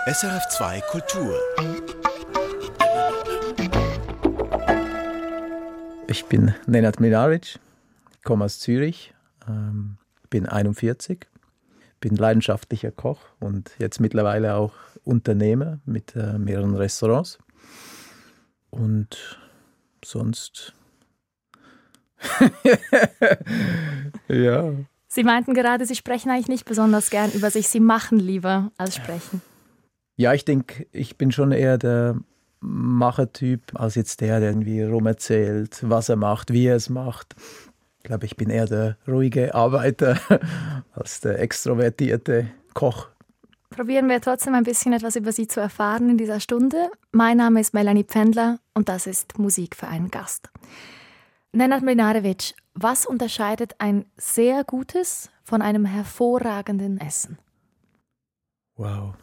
SRF2 Kultur. Ich bin Nenad Mlinaric, komme aus Zürich, bin 41, bin leidenschaftlicher Koch und jetzt mittlerweile auch Unternehmer mit mehreren Restaurants. Und sonst... ja. Sie meinten gerade, Sie sprechen eigentlich nicht besonders gern über sich. Sie machen lieber als sprechen. Ja, ich denke, ich bin schon eher der Machertyp, als jetzt der irgendwie rumerzählt, was er macht, wie er es macht. Ich glaube, ich bin eher der ruhige Arbeiter als der extrovertierte Koch. Probieren wir trotzdem ein bisschen etwas über Sie zu erfahren in dieser Stunde. Mein Name ist Melanie Pfändler und das ist Musik für einen Gast. Nenad Mlinaric, was unterscheidet ein sehr gutes von einem hervorragenden Essen? Wow.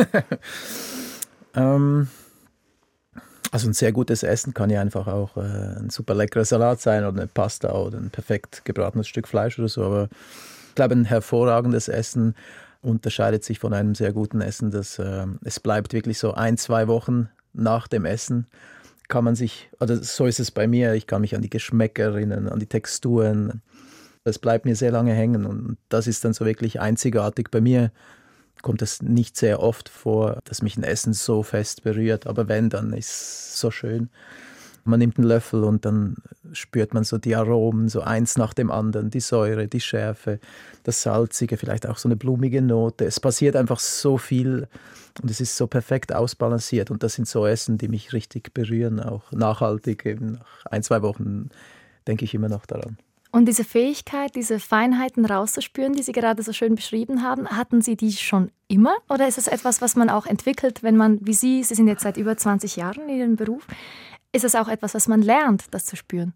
Also ein sehr gutes Essen kann ja einfach auch ein super leckerer Salat sein oder eine Pasta oder ein perfekt gebratenes Stück Fleisch oder so. Aber ich glaube, ein hervorragendes Essen unterscheidet sich von einem sehr guten Essen. Dass, es bleibt wirklich so 1-2 Wochen nach dem Essen. Kann man sich, oder so ist es bei mir, ich kann mich an die Geschmäcker erinnern, an die Texturen. Das bleibt mir sehr lange hängen und das ist dann so wirklich einzigartig. Bei mir kommt es nicht sehr oft vor, dass mich ein Essen so fest berührt, aber wenn, dann ist es so schön. Man nimmt einen Löffel und dann spürt man so die Aromen, so eins nach dem anderen, die Säure, die Schärfe, das Salzige, vielleicht auch so eine blumige Note. Es passiert einfach so viel und es ist so perfekt ausbalanciert und das sind so Essen, die mich richtig berühren, auch nachhaltig. Eben nach 1-2 Wochen denke ich immer noch daran. Und diese Fähigkeit, diese Feinheiten rauszuspüren, die Sie gerade so schön beschrieben haben, hatten Sie die schon immer? Oder ist es etwas, was man auch entwickelt, wenn man, wie Sie sind jetzt seit über 20 Jahren in Ihrem Beruf, ist es auch etwas, was man lernt, das zu spüren?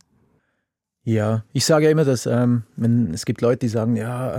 Ja, ich sage ja immer, dass es gibt Leute, die sagen, ja,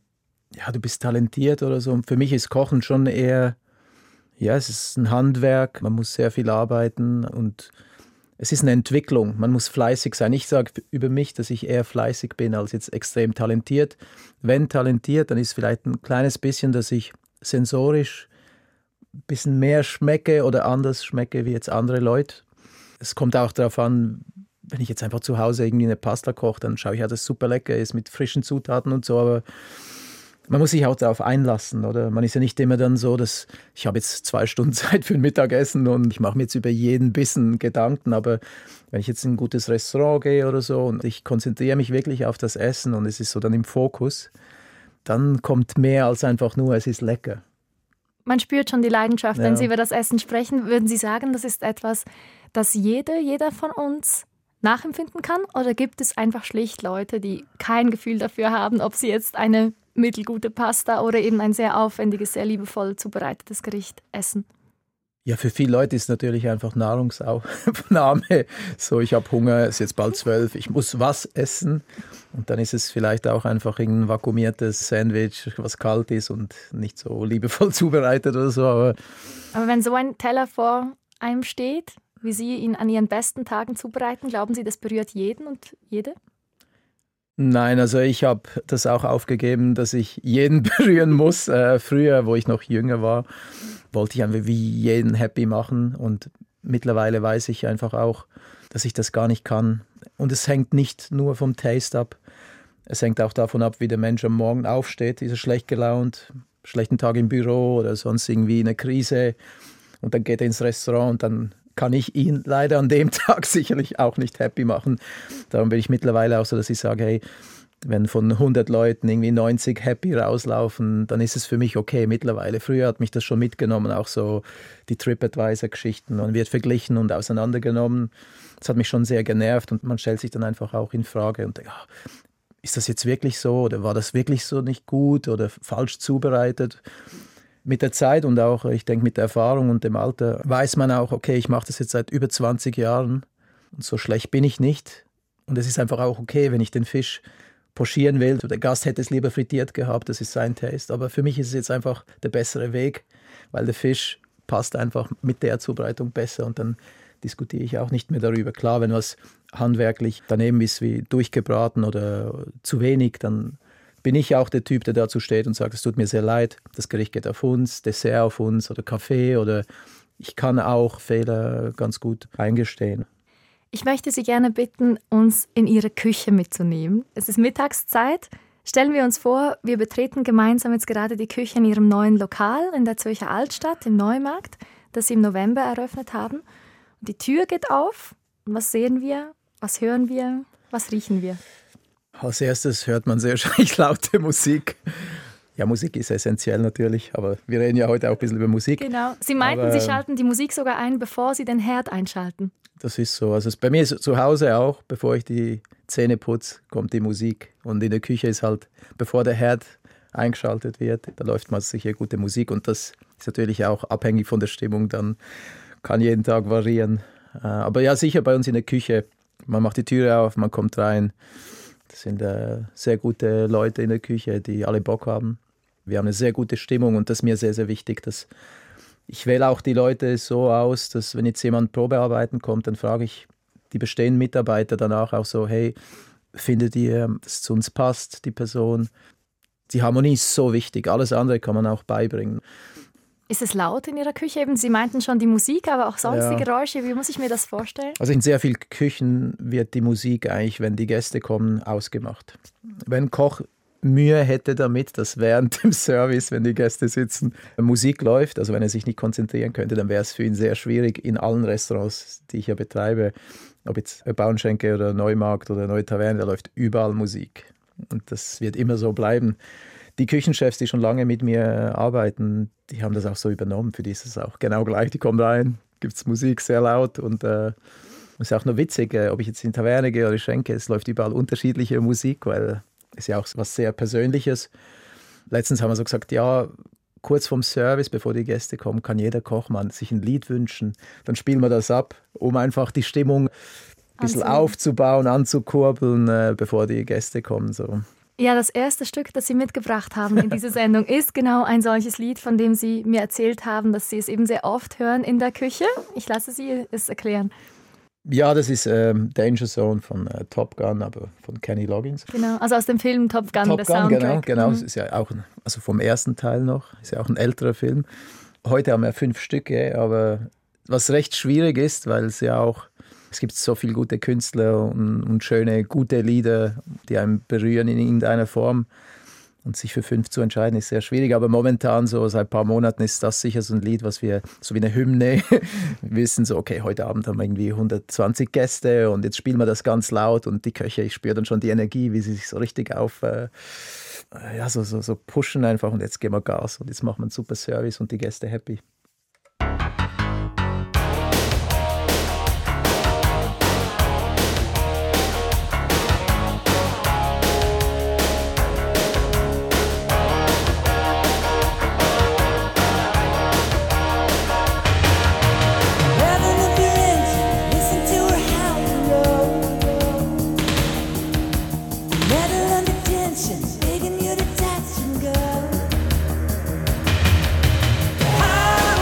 du bist talentiert oder so. Und für mich ist Kochen schon eher, ja, es ist ein Handwerk, man muss sehr viel arbeiten und es ist eine Entwicklung, man muss fleißig sein. Ich sage über mich, dass ich eher fleißig bin als jetzt extrem talentiert. Wenn talentiert, dann ist vielleicht ein kleines bisschen, dass ich sensorisch ein bisschen mehr schmecke oder anders schmecke wie jetzt andere Leute. Es kommt auch darauf an, wenn ich jetzt einfach zu Hause irgendwie eine Pasta koche, dann schaue ich, dass es super lecker ist mit frischen Zutaten und so, aber man muss sich auch darauf einlassen, oder? Man ist ja nicht immer dann so, dass ich habe jetzt 2 Stunden Zeit für ein Mittagessen und ich mache mir jetzt über jeden Bissen Gedanken, aber wenn ich jetzt in ein gutes Restaurant gehe oder so und ich konzentriere mich wirklich auf das Essen und es ist so dann im Fokus, dann kommt mehr als einfach nur, es ist lecker. Man spürt schon die Leidenschaft, wenn Sie über das Essen sprechen. Würden Sie sagen, das ist etwas, das jeder von uns nachempfinden kann? Oder gibt es einfach schlicht Leute, die kein Gefühl dafür haben, ob sie jetzt eine mittelgute Pasta oder eben ein sehr aufwendiges, sehr liebevoll zubereitetes Gericht essen? Ja, für viele Leute ist natürlich einfach Nahrungsaufnahme so, ich habe Hunger, es ist jetzt bald 12, ich muss was essen. Und dann ist es vielleicht auch einfach ein vakuumiertes Sandwich, was kalt ist und nicht so liebevoll zubereitet oder so. Aber wenn so ein Teller vor einem steht, wie Sie ihn an Ihren besten Tagen zubereiten, glauben Sie, das berührt jeden und jede? Nein, also ich habe das auch aufgegeben, dass ich jeden berühren muss. Früher, wo ich noch jünger war, wollte ich einfach wie jeden happy machen und mittlerweile weiß ich einfach auch, dass ich das gar nicht kann. Und es hängt nicht nur vom Taste ab, es hängt auch davon ab, wie der Mensch am Morgen aufsteht. Ist er schlecht gelaunt, schlechten Tag im Büro oder sonst irgendwie eine Krise und dann geht er ins Restaurant und dann kann ich ihn leider an dem Tag sicherlich auch nicht happy machen. Darum bin ich mittlerweile auch so, dass ich sage, hey, wenn von 100 Leuten irgendwie 90 happy rauslaufen, dann ist es für mich okay mittlerweile. Früher hat mich das schon mitgenommen, auch so die TripAdvisor-Geschichten. Man wird verglichen und auseinandergenommen. Das hat mich schon sehr genervt und man stellt sich dann einfach auch in Frage und denkt, ist das jetzt wirklich so oder war das wirklich so nicht gut oder falsch zubereitet? Mit der Zeit und auch, ich denke, mit der Erfahrung und dem Alter weiß man auch, okay, ich mache das jetzt seit über 20 Jahren und so schlecht bin ich nicht. Und es ist einfach auch okay, wenn ich den Fisch pochieren will. Der Gast hätte es lieber frittiert gehabt, das ist sein Taste. Aber für mich ist es jetzt einfach der bessere Weg, weil der Fisch passt einfach mit der Zubereitung besser und dann diskutiere ich auch nicht mehr darüber. Klar, wenn was handwerklich daneben ist, wie durchgebraten oder zu wenig, dann bin ich auch der Typ, der dazu steht und sagt, es tut mir sehr leid, das Gericht geht auf uns, Dessert auf uns oder Kaffee oder ich kann auch Fehler ganz gut eingestehen. Ich möchte Sie gerne bitten, uns in Ihre Küche mitzunehmen. Es ist Mittagszeit. Stellen wir uns vor, wir betreten gemeinsam jetzt gerade die Küche in Ihrem neuen Lokal in der Zürcher Altstadt, im Neumarkt, das Sie im November eröffnet haben. Und die Tür geht auf. Und was sehen wir? Was hören wir? Was riechen wir? Als erstes hört man sehr wahrscheinlich laute Musik. Ja, Musik ist essentiell natürlich, aber wir reden ja heute auch ein bisschen über Musik. Genau. Sie meinten, Sie schalten die Musik sogar ein, bevor Sie den Herd einschalten. Das ist so. Also bei mir ist zu Hause auch, bevor ich die Zähne putze, kommt die Musik. Und in der Küche ist halt, bevor der Herd eingeschaltet wird, da läuft mal sicher gute Musik. Und das ist natürlich auch abhängig von der Stimmung, dann kann jeden Tag variieren. Aber ja, sicher bei uns in der Küche, man macht die Türe auf, man kommt rein. Das sind sehr gute Leute in der Küche, die alle Bock haben. Wir haben eine sehr gute Stimmung und das ist mir sehr, sehr wichtig. Ich wähle auch die Leute so aus, dass wenn jetzt jemand Probearbeiten kommt, dann frage ich die bestehenden Mitarbeiter danach auch so, hey, findet ihr, dass es zu uns passt, die Person? Die Harmonie ist so wichtig, alles andere kann man auch beibringen. Ist es laut in Ihrer Küche? Eben, Sie meinten schon die Musik, aber auch sonst die Geräusche. Wie muss ich mir das vorstellen? Also in sehr vielen Küchen wird die Musik eigentlich, wenn die Gäste kommen, ausgemacht. Wenn ein Koch Mühe hätte damit, dass während dem Service, wenn die Gäste sitzen, Musik läuft, also wenn er sich nicht konzentrieren könnte, dann wäre es für ihn sehr schwierig in allen Restaurants, die ich ja betreibe, ob jetzt Bauernschenke oder Neumarkt oder Neue Taverne, da läuft überall Musik. Und das wird immer so bleiben. Die Küchenchefs, die schon lange mit mir arbeiten, die haben das auch so übernommen. Für die ist es auch genau gleich. Die kommen rein, gibt es Musik sehr laut und es ist auch nur witzig, ob ich jetzt in die Taverne gehe oder schenke, es läuft überall unterschiedliche Musik, weil ist ja auch was sehr Persönliches. Letztens haben wir so gesagt, ja, kurz vorm Service, bevor die Gäste kommen, kann jeder Koch mal sich ein Lied wünschen. Dann spielen wir das ab, um einfach die Stimmung ein bisschen aufzubauen, anzukurbeln, bevor die Gäste kommen. So. Ja, das erste Stück, das Sie mitgebracht haben in dieser Sendung, ist genau ein solches Lied, von dem Sie mir erzählt haben, dass Sie es eben sehr oft hören in der Küche. Ich lasse Sie es erklären. Ja, das ist Danger Zone von Top Gun, aber von Kenny Loggins. Genau, also aus dem Film Top Gun, der Soundtrack. Genau. Das ist ja auch, also vom ersten Teil noch, ist ja auch ein älterer Film. Heute haben wir 5 Stücke, aber was recht schwierig ist, weil es ja auch, es gibt so viele gute Künstler und schöne, gute Lieder, die einen berühren in irgendeiner Form. Und sich für 5 zu entscheiden, ist sehr schwierig. Aber momentan, so seit ein paar Monaten, ist das sicher so ein Lied, was wir, so wie eine Hymne, wissen, so, okay, heute Abend haben wir irgendwie 120 Gäste und jetzt spielen wir das ganz laut und die Köche, ich spüre dann schon die Energie, wie sie sich so richtig so pushen einfach und jetzt geben wir Gas und jetzt machen wir einen super Service und die Gäste happy. High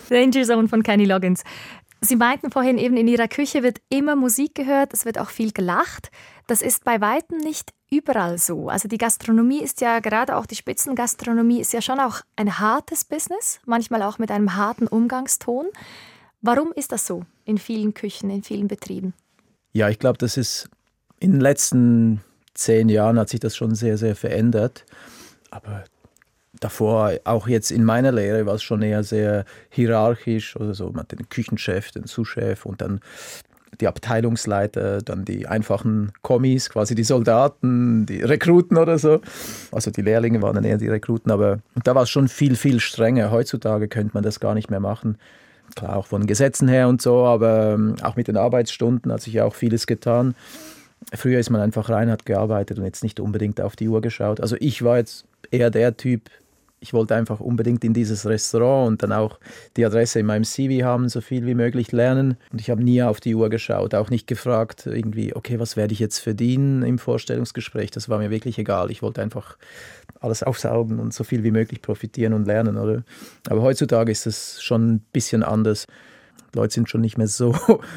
Danger Zone von Kenny Loggins. Sie meinten vorhin eben, in Ihrer Küche wird immer Musik gehört, es wird auch viel gelacht. Das ist bei weitem nicht überall so. Also die Gastronomie ist ja, gerade auch die Spitzengastronomie, ist ja schon auch ein hartes Business, manchmal auch mit einem harten Umgangston. Warum ist das so in vielen Küchen, in vielen Betrieben? Ja, ich glaube, das ist in den letzten 10 Jahren hat sich das schon sehr, sehr verändert. Aber davor, auch jetzt in meiner Lehre, war es schon eher sehr hierarchisch. Oder so. Man hat den Küchenchef, den Sous-Chef und dann die Abteilungsleiter, dann die einfachen Kommis, quasi die Soldaten, die Rekruten oder so. Also die Lehrlinge waren dann eher die Rekruten, aber da war es schon viel, viel strenger. Heutzutage könnte man das gar nicht mehr machen. Klar, auch von Gesetzen her und so, aber auch mit den Arbeitsstunden hat sich ja auch vieles getan. Früher ist man einfach rein, hat gearbeitet und jetzt nicht unbedingt auf die Uhr geschaut. Also ich war jetzt eher der Typ, ich wollte einfach unbedingt in dieses Restaurant und dann auch die Adresse in meinem CV haben, so viel wie möglich lernen. Und ich habe nie auf die Uhr geschaut, auch nicht gefragt, irgendwie, okay, was werde ich jetzt verdienen im Vorstellungsgespräch? Das war mir wirklich egal. Ich wollte einfach alles aufsaugen und so viel wie möglich profitieren und lernen, oder? Aber heutzutage ist es schon ein bisschen anders. Die Leute sind schon nicht mehr so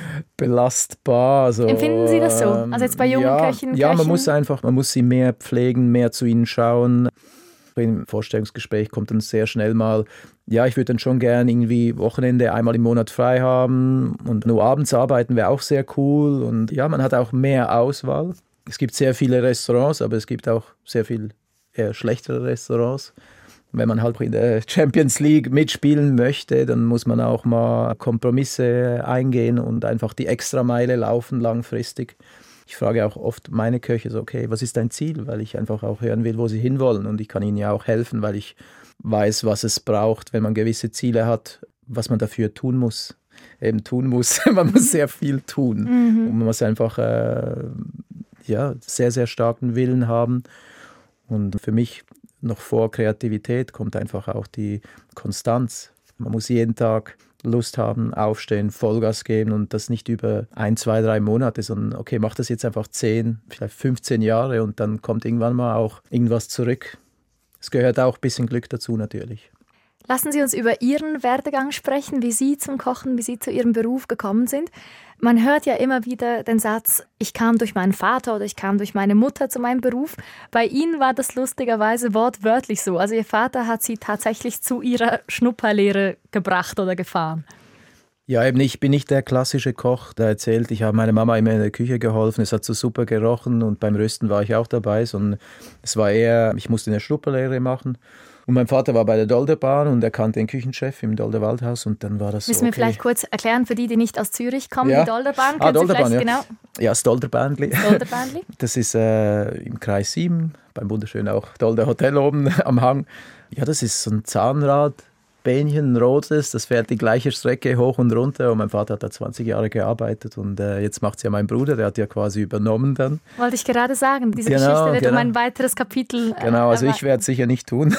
belastbar. Also, empfinden Sie das so? Also jetzt bei jungen Köchen? Ja, man muss sie mehr pflegen, mehr zu ihnen schauen. Im Vorstellungsgespräch kommt dann sehr schnell mal, ja, ich würde dann schon gern irgendwie Wochenende einmal im Monat frei haben und nur abends arbeiten wäre auch sehr cool. Und ja, man hat auch mehr Auswahl. Es gibt sehr viele Restaurants, aber es gibt auch sehr viel eher schlechtere Restaurants. Wenn man halt in der Champions League mitspielen möchte, dann muss man auch mal Kompromisse eingehen und einfach die Extrameile laufen langfristig. Ich frage auch oft meine Köche so, okay, was ist dein Ziel? Weil ich einfach auch hören will, wo sie hinwollen. Und ich kann ihnen ja auch helfen, weil ich weiß, was es braucht, wenn man gewisse Ziele hat, was man dafür tun muss. Eben tun muss. Man muss sehr viel tun. Und man muss einfach sehr, sehr starken Willen haben. Und für mich noch vor Kreativität kommt einfach auch die Konstanz. Man muss jeden Tag Lust haben, aufstehen, Vollgas geben und das nicht über 1, 2, 3 Monate, sondern okay, mach das jetzt einfach 10, vielleicht 15 Jahre und dann kommt irgendwann mal auch irgendwas zurück. Es gehört auch ein bisschen Glück dazu natürlich. Lassen Sie uns über Ihren Werdegang sprechen, wie Sie zum Kochen, wie Sie zu Ihrem Beruf gekommen sind. Man hört ja immer wieder den Satz, ich kam durch meinen Vater oder ich kam durch meine Mutter zu meinem Beruf. Bei Ihnen war das lustigerweise wortwörtlich so. Also Ihr Vater hat Sie tatsächlich zu Ihrer Schnupperlehre gebracht oder gefahren. Ja, eben, ich bin nicht der klassische Koch, der erzählt, ich habe meiner Mama immer in der Küche geholfen, es hat so super gerochen und beim Rösten war ich auch dabei, sondern es war eher, ich musste eine Schnupperlehre machen. Und mein Vater war bei der Dolderbahn und er kannte den Küchenchef im Dolder Waldhaus und dann war das so, müssen wir vielleicht kurz erklären, für die, die nicht aus Zürich kommen, ja. Die Dolderbahn, Dolderbahn, ja. Genau? Ja, das Dolderbahnli. Das ist im Kreis 7, beim wunderschönen auch Dolder Hotel oben am Hang. Ja, das ist so ein Zahnrad, Bähnchen, ein rotes, das fährt die gleiche Strecke hoch und runter und mein Vater hat da 20 Jahre gearbeitet und jetzt macht es ja mein Bruder, der hat ja quasi übernommen dann. Wollte ich gerade sagen, diese Geschichte wird um ein weiteres Kapitel. Genau, also ich werde es sicher nicht tun.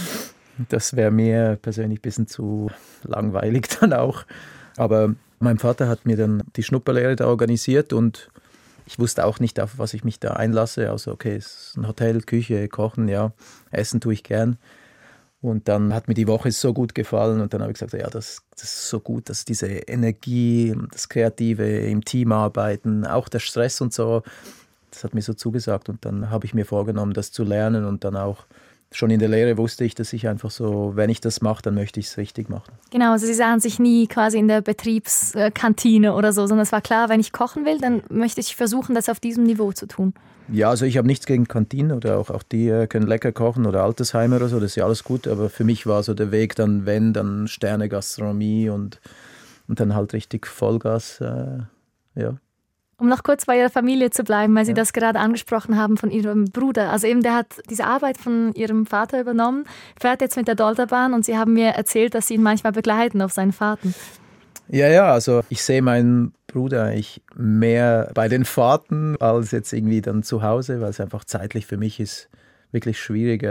Das wäre mir persönlich ein bisschen zu langweilig dann auch. Aber mein Vater hat mir dann die Schnupperlehre da organisiert und ich wusste auch nicht, auf was ich mich da einlasse. Also okay, es ist ein Hotel, Küche, Kochen, ja, Essen tue ich gern. Und dann hat mir die Woche so gut gefallen und dann habe ich gesagt, ja, das ist so gut, dass diese Energie, das Kreative im Team arbeiten, auch der Stress und so, das hat mir so zugesagt und dann habe ich mir vorgenommen, das zu lernen und dann auch schon in der Lehre wusste ich, dass ich einfach so, wenn ich das mache, dann möchte ich es richtig machen. Genau, also Sie sahen sich nie quasi in der Betriebskantine oder so, sondern es war klar, wenn ich kochen will, dann möchte ich versuchen, das auf diesem Niveau zu tun. Ja, also ich habe nichts gegen Kantinen oder auch die können lecker kochen oder Altersheimer oder so, das ist ja alles gut, aber für mich war so der Weg dann, wenn, dann Sterne Gastronomie und dann halt richtig Vollgas, ja. Um noch kurz bei Ihrer Familie zu bleiben, weil Sie das gerade angesprochen haben von Ihrem Bruder. Also eben, der hat diese Arbeit von Ihrem Vater übernommen, fährt jetzt mit der Dolderbahn und Sie haben mir erzählt, dass Sie ihn manchmal begleiten auf seinen Fahrten. Ja, also ich sehe meinen Bruder eigentlich mehr bei den Fahrten als jetzt irgendwie dann zu Hause, weil es einfach zeitlich für mich ist wirklich schwierig.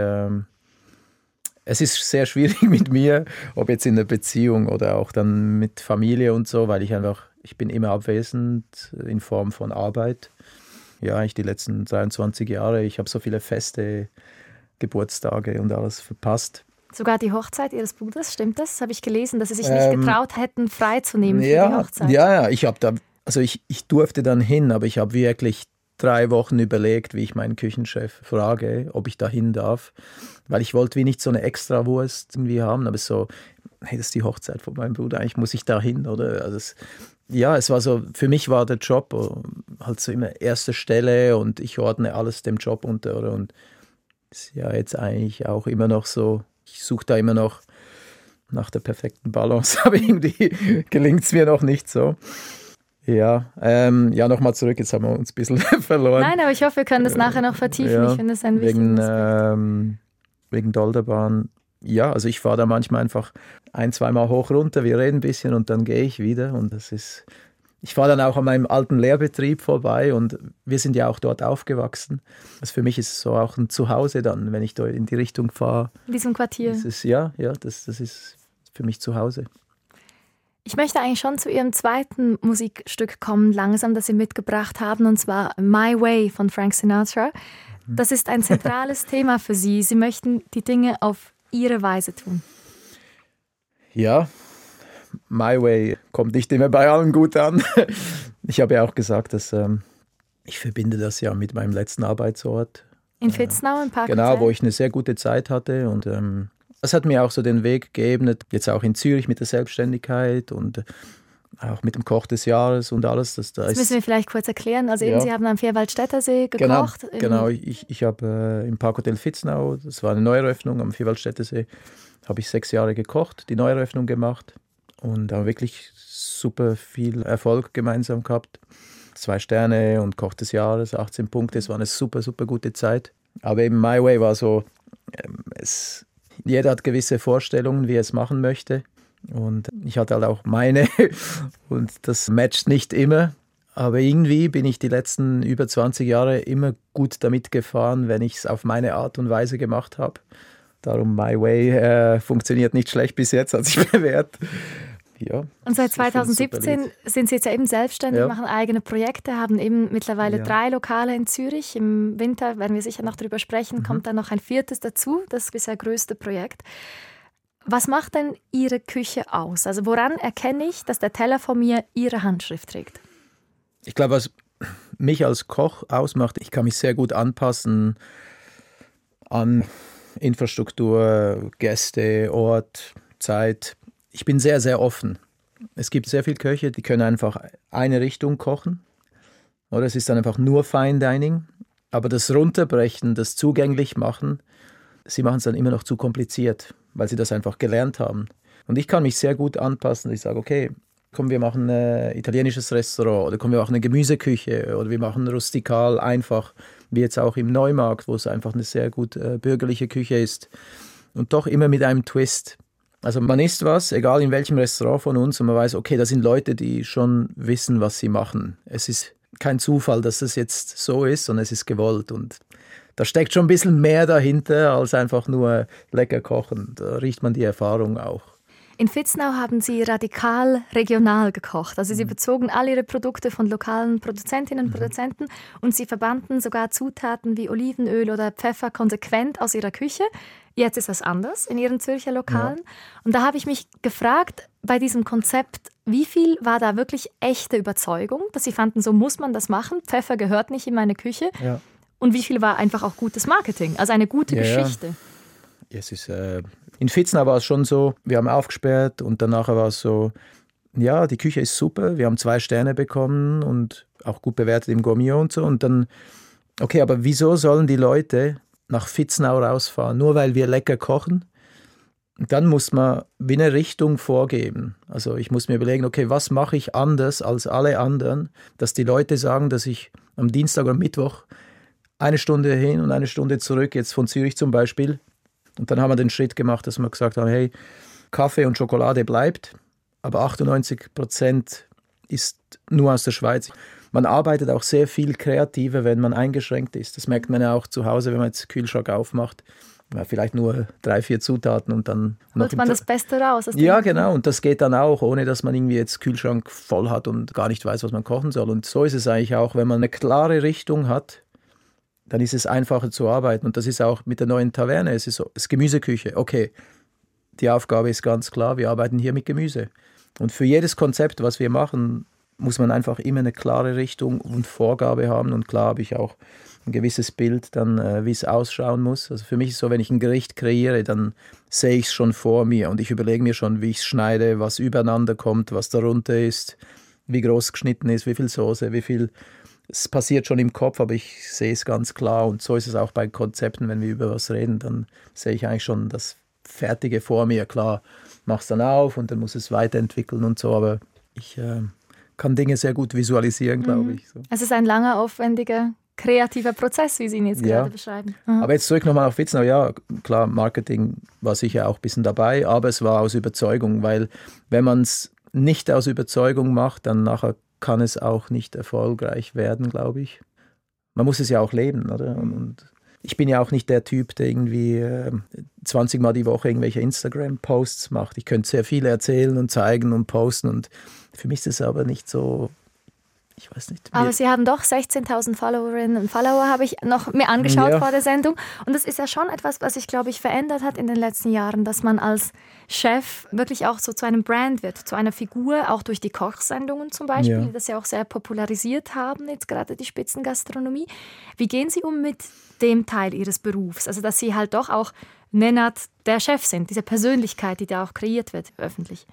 Es ist sehr schwierig mit mir, ob jetzt in der Beziehung oder auch dann mit Familie und so, weil ich bin immer abwesend in Form von Arbeit. Ja, die letzten 23 Jahre, ich habe so viele Feste, Geburtstage und alles verpasst. Sogar die Hochzeit Ihres Bruders, stimmt das? Das habe ich gelesen, dass Sie sich nicht getraut hätten, freizunehmen für die Hochzeit. Ja, ich durfte dann hin, aber ich habe wirklich 3 Wochen überlegt, wie ich meinen Küchenchef frage, ob ich da hin darf, weil ich wollte wie nicht so eine Extrawurst irgendwie haben, aber so, hey, das ist die Hochzeit von meinem Bruder, eigentlich muss ich da hin, oder? Also es war so, für mich war der Job halt so immer erste Stelle und ich ordne alles dem Job unter, oder? Und ist ja jetzt eigentlich auch immer noch so, ich suche da immer noch nach der perfekten Balance, aber irgendwie gelingt es mir noch nicht so. Ja, nochmal zurück, jetzt haben wir uns ein bisschen verloren. Nein, aber ich hoffe, wir können das nachher noch vertiefen. Ich finde es ein wichtiges Aspekt. Wegen Dolderbahn. Ja, also ich fahre da manchmal einfach 1-2 Mal hoch runter, wir reden ein bisschen und dann gehe ich wieder. Und ich fahre dann auch an meinem alten Lehrbetrieb vorbei und wir sind ja auch dort aufgewachsen. Also für mich ist es so auch ein Zuhause dann, wenn ich da in die Richtung fahre. In diesem Quartier. Das ist für mich Zuhause. Ich möchte eigentlich schon zu Ihrem zweiten Musikstück kommen, langsam, das Sie mitgebracht haben, und zwar My Way von Frank Sinatra. Das ist ein zentrales Thema für Sie. Sie möchten die Dinge auf Ihre Weise tun. Ja, My Way kommt nicht immer bei allen gut an. Ich habe ja auch gesagt, dass ich verbinde das ja mit meinem letzten Arbeitsort. In Vitznau im Park. Genau, wo ich eine sehr gute Zeit hatte und das hat mir auch so den Weg geebnet, jetzt auch in Zürich mit der Selbstständigkeit und auch mit dem Koch des Jahres und alles. Das müssen wir vielleicht kurz erklären. Also eben, Sie haben am Vierwaldstättersee gekocht. Genau. Ich habe im Parkhotel Vitznau, das war eine Neueröffnung am Vierwaldstättersee, habe ich 6 Jahre gekocht, die Neueröffnung gemacht und haben wirklich super viel Erfolg gemeinsam gehabt. 2 Sterne und Koch des Jahres, 18 Punkte, es war eine super, super gute Zeit. Aber eben My Way war so, jeder hat gewisse Vorstellungen, wie er es machen möchte. Und ich hatte halt auch meine und das matcht nicht immer. Aber irgendwie bin ich die letzten über 20 Jahre immer gut damit gefahren, wenn ich es auf meine Art und Weise gemacht habe. Darum My Way funktioniert nicht schlecht bis jetzt, hat sich bewährt. Ja, und seit 2017 sind Sie jetzt ja eben selbstständig, machen eigene Projekte, haben eben mittlerweile 3 Lokale in Zürich. Im Winter werden wir sicher noch darüber sprechen, kommt dann noch ein 4. dazu, das bisher größte Projekt. Was macht denn Ihre Küche aus? Also woran erkenne ich, dass der Teller von mir Ihre Handschrift trägt? Ich glaube, was mich als Koch ausmacht, ich kann mich sehr gut anpassen an Infrastruktur, Gäste, Ort, Zeit. Ich bin sehr, sehr offen. Es gibt sehr viele Köche, die können einfach eine Richtung kochen. Oder es ist dann einfach nur Fine Dining. Aber das Runterbrechen, das zugänglich machen, sie machen es dann immer noch zu kompliziert, weil sie das einfach gelernt haben. Und ich kann mich sehr gut anpassen. Ich sage, okay, komm, wir machen ein italienisches Restaurant oder komm, wir machen eine Gemüseküche oder wir machen rustikal einfach, wie jetzt auch im Neumarkt, wo es einfach eine sehr gut bürgerliche Küche ist. Und doch immer mit einem Twist. Also man isst was, egal in welchem Restaurant von uns, und man weiß, okay, da sind Leute, die schon wissen, was sie machen. Es ist kein Zufall, dass es jetzt so ist, sondern es ist gewollt. Und da steckt schon ein bisschen mehr dahinter, als einfach nur lecker kochen. Da riecht man die Erfahrung auch. In Vitznau haben Sie radikal regional gekocht. Also Sie bezogen all Ihre Produkte von lokalen Produzentinnen und Produzenten und Sie verbanden sogar Zutaten wie Olivenöl oder Pfeffer konsequent aus Ihrer Küche. Jetzt ist das anders in Ihren Zürcher Lokalen. Ja. Und da habe ich mich gefragt, bei diesem Konzept, wie viel war da wirklich echte Überzeugung, dass Sie fanden, so muss man das machen, Pfeffer gehört nicht in meine Küche. Ja. Und wie viel war einfach auch gutes Marketing, also eine gute Geschichte? Ja, es ist, in Vitznau war es schon so, wir haben aufgesperrt und danach war es so, ja, die Küche ist super, wir haben 2 Sterne bekommen und auch gut bewertet im Gourmet und so. Und dann, okay, aber wieso sollen die Leute nach Vitznau rausfahren, nur weil wir lecker kochen? Und dann muss man wie eine Richtung vorgeben. Also ich muss mir überlegen, okay, was mache ich anders als alle anderen, dass die Leute sagen, dass ich am Dienstag oder Mittwoch 1 Stunde hin und 1 Stunde zurück, jetzt von Zürich zum Beispiel. Und dann haben wir den Schritt gemacht, dass wir gesagt haben, hey, Kaffee und Schokolade bleibt, aber 98% ist nur aus der Schweiz. Man arbeitet auch sehr viel kreativer, wenn man eingeschränkt ist. Das merkt man ja auch zu Hause, wenn man jetzt den Kühlschrank aufmacht. Ja, vielleicht nur 3-4 Zutaten und dann holt man das Beste raus. Ja, genau. Und das geht dann auch, ohne dass man irgendwie jetzt Kühlschrank voll hat und gar nicht weiß, was man kochen soll. Und so ist es eigentlich auch, wenn man eine klare Richtung hat, dann ist es einfacher zu arbeiten. Und das ist auch mit der neuen Taverne. Es ist so, es ist Gemüseküche. Okay, die Aufgabe ist ganz klar, wir arbeiten hier mit Gemüse. Und für jedes Konzept, was wir machen, muss man einfach immer eine klare Richtung und Vorgabe haben. Und klar habe ich auch ein gewisses Bild, dann wie es ausschauen muss. Also für mich ist es so, wenn ich ein Gericht kreiere, dann sehe ich es schon vor mir und ich überlege mir schon, wie ich es schneide, was übereinander kommt, was darunter ist, wie groß geschnitten ist, wie viel Soße, wie viel. Es passiert schon im Kopf, aber ich sehe es ganz klar. Und so ist es auch bei Konzepten, wenn wir über was reden, dann sehe ich eigentlich schon das Fertige vor mir. Klar, mach's dann auf und dann muss es weiterentwickeln und so, aber ich kann Dinge sehr gut visualisieren, glaube ich. So. Es ist ein langer, aufwendiger, kreativer Prozess, wie Sie ihn jetzt gerade beschreiben. Mhm. Aber jetzt zurück nochmal auf Witznau. Ja, klar, Marketing war sicher auch ein bisschen dabei, aber es war aus Überzeugung, weil wenn man es nicht aus Überzeugung macht, dann nachher kann es auch nicht erfolgreich werden, glaube ich. Man muss es ja auch leben, oder? Und ich bin ja auch nicht der Typ, der irgendwie 20 Mal die Woche irgendwelche Instagram-Posts macht. Ich könnte sehr viel erzählen und zeigen und posten und für mich ist es aber nicht so, ich weiß nicht. Aber Sie haben doch 16.000 Followerinnen und Follower, habe ich noch mir angeschaut vor der Sendung. Und das ist ja schon etwas, was sich, glaube ich, verändert hat in den letzten Jahren, dass man als Chef wirklich auch so zu einem Brand wird, zu einer Figur, auch durch die Kochsendungen zum Beispiel, die das ja auch sehr popularisiert haben, jetzt gerade die Spitzengastronomie. Wie gehen Sie um mit dem Teil Ihres Berufs? Also, dass Sie halt doch auch Nenad der Chef sind, diese Persönlichkeit, die da auch kreiert wird, öffentlich.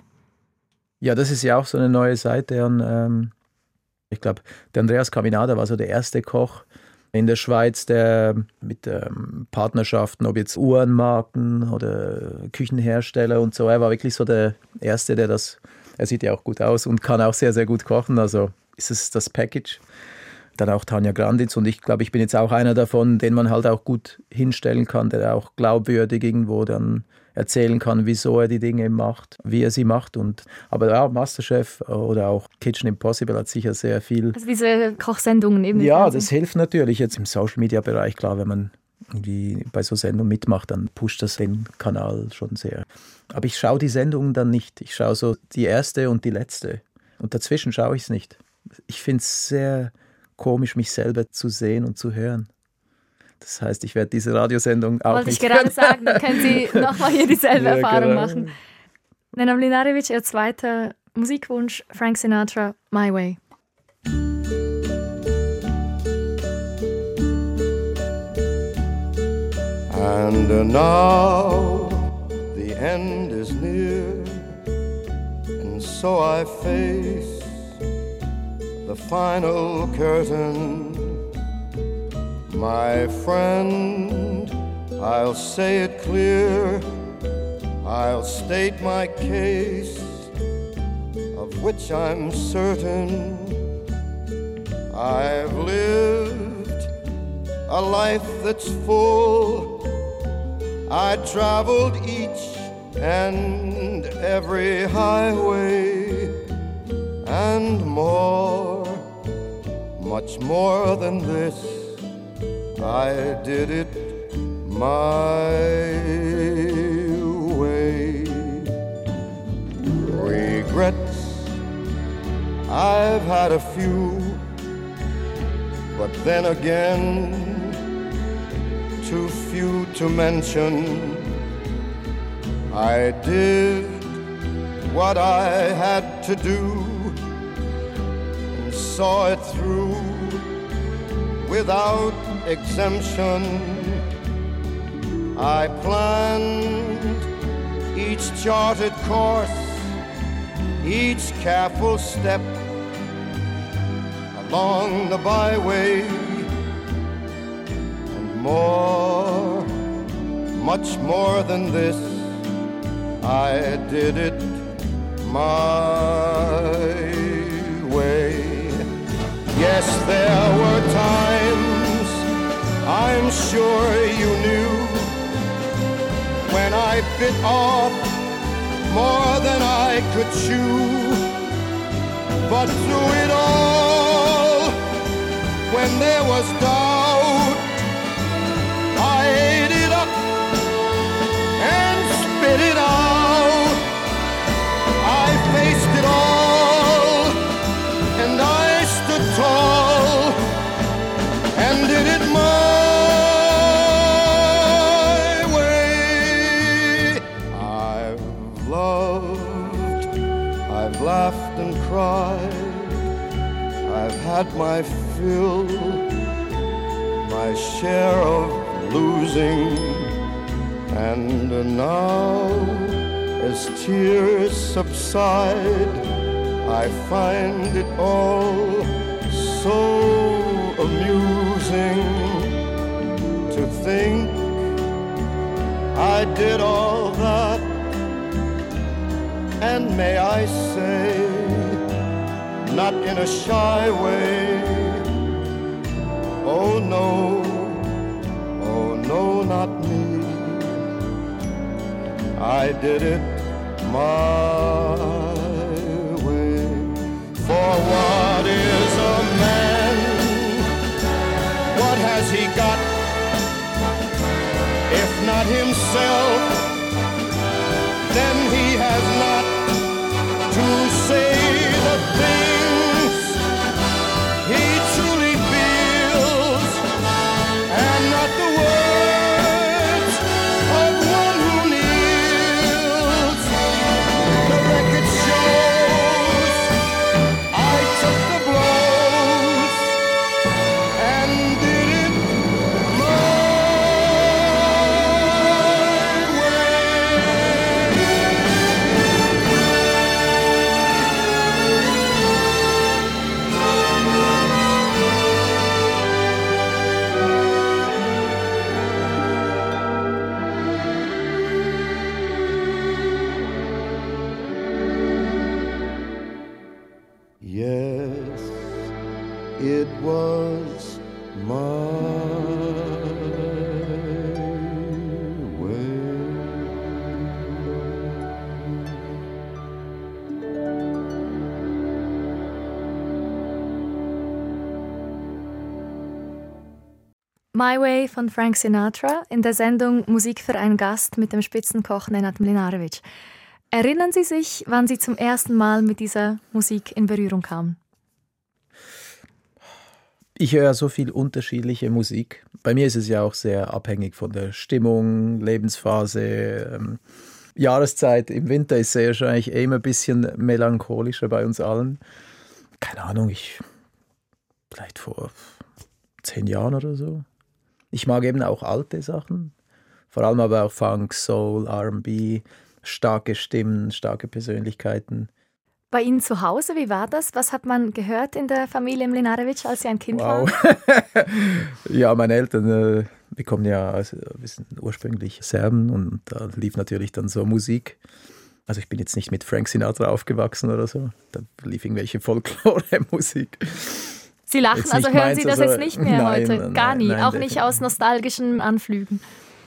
Ja, das ist ja auch so eine neue Seite an... Ich glaube, der Andreas Caminada war so der erste Koch in der Schweiz, der mit Partnerschaften, ob jetzt Uhrenmarken oder Küchenhersteller und so, er war wirklich so der Erste, der das, er sieht ja auch gut aus und kann auch sehr, sehr gut kochen, also ist es das Package. Dann auch Tanja Granditz und ich glaube, ich bin jetzt auch einer davon, den man halt auch gut hinstellen kann, der auch glaubwürdig irgendwo dann erzählen kann, wieso er die Dinge macht, wie er sie macht. Aber ja, Masterchef oder auch Kitchen Impossible hat sicher sehr viel. Also diese Kochsendungen eben. Ja, das hilft natürlich jetzt im Social-Media-Bereich. Klar, wenn man irgendwie bei so Sendungen mitmacht, dann pusht das den Kanal schon sehr. Aber ich schaue die Sendungen dann nicht. Ich schaue so die erste und die letzte. Und dazwischen schaue ich es nicht. Ich finde es sehr komisch, mich selber zu sehen und zu hören. Das heißt, ich werde diese Radiosendung auch wollte nicht ich gerade sagen, dann können Sie nochmal hier dieselbe Erfahrung machen. Nenad Mlinarević, Ihr zweiter Musikwunsch, Frank Sinatra, My Way. And now the end is near, and so I face the final curtain. My friend, I'll say it clear, I'll state my case, of which I'm certain. I've lived a life that's full, I traveled each and every highway, and more, much more than this, I did it my way. Regrets, I've had a few, but then again, too few to mention. I did what I had to do and saw it through without exemption. I planned each charted course, each careful step along the byway, and more, much more than this, I did it my way. Yes, there were times, I'm sure you knew, when I bit off more than I could chew. But through it all, when there was doubt, I ate it up and spit it out. I faced it all, and I stood tall and did it my way. I've loved, I've laughed and cried, I've had my fill, my share of losing, and now as tears subside, I find it all so amusing to think I did all that, and may I say, not in a shy way, oh no, not me, I did it my way. For what is a man? What has he got? If not himself, then he has not to say the things he truly feels, and not the words of one who kneels. The record shows I took the blows and did it my Yes, it was my way. My Way von Frank Sinatra in der Sendung Musik für einen Gast mit dem Spitzenkoch Nenad Mlinarevic. Erinnern Sie sich, wann Sie zum ersten Mal mit dieser Musik in Berührung kamen? Ich höre so viel unterschiedliche Musik. Bei mir ist es ja auch sehr abhängig von der Stimmung, Lebensphase, Jahreszeit. Im Winter ist es wahrscheinlich immer ein bisschen melancholischer bei uns allen. Keine Ahnung, vielleicht vor 10 Jahren oder so. Ich mag eben auch alte Sachen, vor allem aber auch Funk, Soul, R&B, starke Stimmen, starke Persönlichkeiten. Bei Ihnen zu Hause, wie war das? Was hat man gehört in der Familie Mlinarevic, als Sie ein Kind waren? Ja, meine Eltern, wir kommen ja, wir sind ursprünglich Serben und da lief natürlich dann so Musik. Also ich bin jetzt nicht mit Frank Sinatra aufgewachsen oder so, da lief irgendwelche Folklore-Musik. Sie lachen, also hören Sie das jetzt nicht mehr heute? Gar nie, nein, auch nicht aus nostalgischen Anflügen?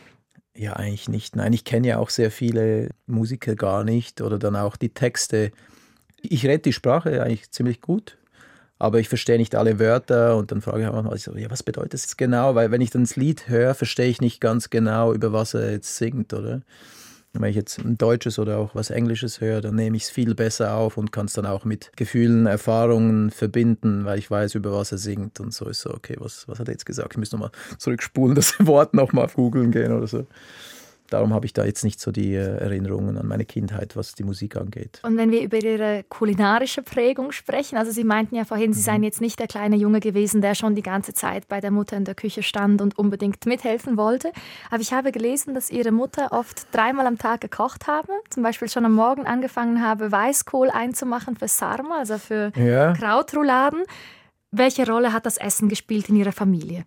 Ja, eigentlich nicht. Nein, ich kenne ja auch sehr viele Musiker gar nicht oder dann auch die Texte. Ich rede die Sprache eigentlich ziemlich gut, aber ich verstehe nicht alle Wörter und dann frage ich manchmal so, ja, was bedeutet das genau? Weil wenn ich dann das Lied höre, verstehe ich nicht ganz genau, über was er jetzt singt, oder? Und wenn ich jetzt ein Deutsches oder auch was Englisches höre, dann nehme ich es viel besser auf und kann es dann auch mit Gefühlen, Erfahrungen verbinden, weil ich weiß, über was er singt und so ist so, okay, was hat er jetzt gesagt? Ich muss nochmal zurückspulen, das Wort nochmal googeln gehen oder so. Darum habe ich da jetzt nicht so die Erinnerungen an meine Kindheit, was die Musik angeht. Und wenn wir über Ihre kulinarische Prägung sprechen, also Sie meinten ja vorhin, Sie seien jetzt nicht der kleine Junge gewesen, der schon die ganze Zeit bei der Mutter in der Küche stand und unbedingt mithelfen wollte. Aber ich habe gelesen, dass Ihre Mutter oft 3-mal am Tag gekocht habe, zum Beispiel schon am Morgen angefangen habe, Weißkohl einzumachen für Sarma, also für Krautrouladen. Welche Rolle hat das Essen gespielt in Ihrer Familie?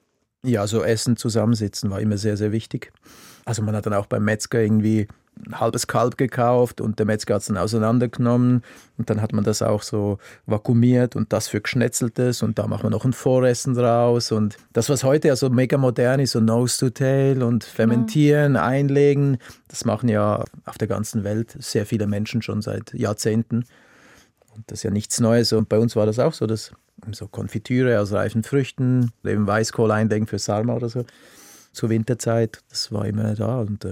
Ja, so Essen, zusammensitzen war immer sehr, sehr wichtig. Also man hat dann auch beim Metzger irgendwie ein halbes Kalb gekauft und der Metzger hat es dann auseinandergenommen und dann hat man das auch so vakuumiert und das für Geschnetzeltes und da macht man noch ein Voressen draus und das, was heute ja so mega modern ist, so Nose to Tail und fermentieren, einlegen, das machen ja auf der ganzen Welt sehr viele Menschen schon seit Jahrzehnten und das ist ja nichts Neues und bei uns war das auch so, dass so Konfitüre aus reifen Früchten, eben Weißkohl einlegen für Sarma oder so. Zur Winterzeit, das war immer da. Und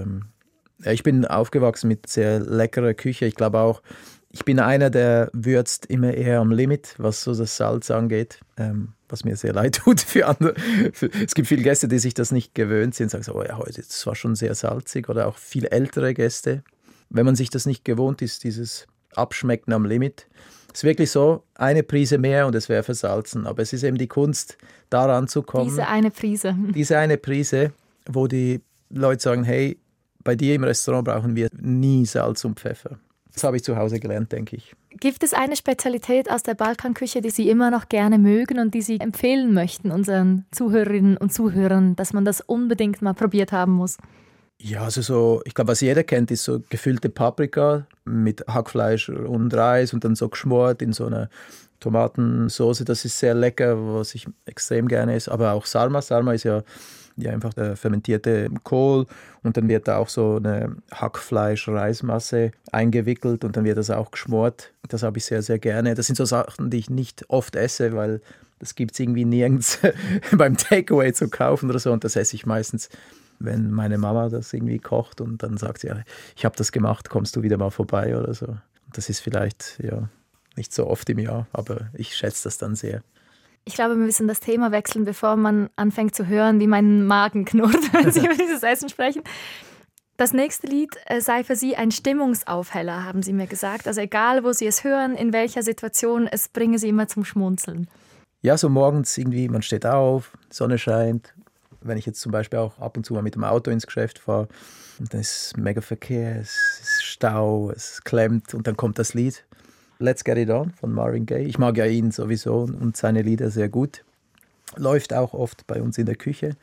ich bin aufgewachsen mit sehr leckerer Küche. Ich glaube auch, ich bin einer, der würzt immer eher am Limit, was so das Salz angeht, was mir sehr leid tut für andere. Es gibt viele Gäste, die sich das nicht gewöhnt sind, sagen so, oh ja, heute, das war schon sehr salzig. Oder auch viele ältere Gäste. wenn man sich das nicht gewohnt ist, dieses Abschmecken am Limit. Es ist wirklich so, eine Prise mehr und es wäre versalzen. Aber es ist eben die Kunst, daran zu kommen. Diese eine Prise. Diese eine Prise, wo die Leute sagen, hey, bei dir im Restaurant brauchen wir nie Salz und Pfeffer. Das habe ich zu Hause gelernt, denke ich. Gibt es eine Spezialität aus der Balkanküche, die Sie immer noch gerne mögen und die Sie empfehlen möchten unseren Zuhörerinnen und Zuhörern, dass man das unbedingt mal probiert haben muss? Ja, also so, ich glaube, was jeder kennt, ist so gefüllte Paprika mit Hackfleisch und Reis und dann so geschmort in so einer Tomatensauce. Das ist sehr lecker, was ich extrem gerne esse. Aber auch Sarma. Sarma ist ja einfach der fermentierte Kohl und dann wird da auch so eine Hackfleisch-Reismasse eingewickelt und dann wird das auch geschmort. Das habe ich sehr, sehr gerne. Das sind so Sachen, die ich nicht oft esse, weil das gibt es irgendwie nirgends beim Takeaway zu kaufen oder so und das esse ich meistens, wenn meine Mama das irgendwie kocht und dann sagt sie, ja, ich habe das gemacht, kommst du wieder mal vorbei oder so. Das ist vielleicht nicht so oft im Jahr, aber ich schätze das dann sehr. Ich glaube, wir müssen das Thema wechseln, bevor man anfängt zu hören, wie mein Magen knurrt, wenn Sie über dieses Essen sprechen. Das nächste Lied sei für Sie ein Stimmungsaufheller, haben Sie mir gesagt. Also egal, wo Sie es hören, in welcher Situation, es bringe Sie immer zum Schmunzeln. Ja, so morgens irgendwie, man steht auf, die Sonne scheint. Wenn ich jetzt zum Beispiel auch ab und zu mal mit dem Auto ins Geschäft fahre, und dann ist mega Verkehr, es ist Stau, es klemmt und dann kommt das Lied Let's Get It On von Marvin Gaye. Ich mag ja ihn sowieso und seine Lieder sehr gut. Läuft auch oft bei uns in der Küche.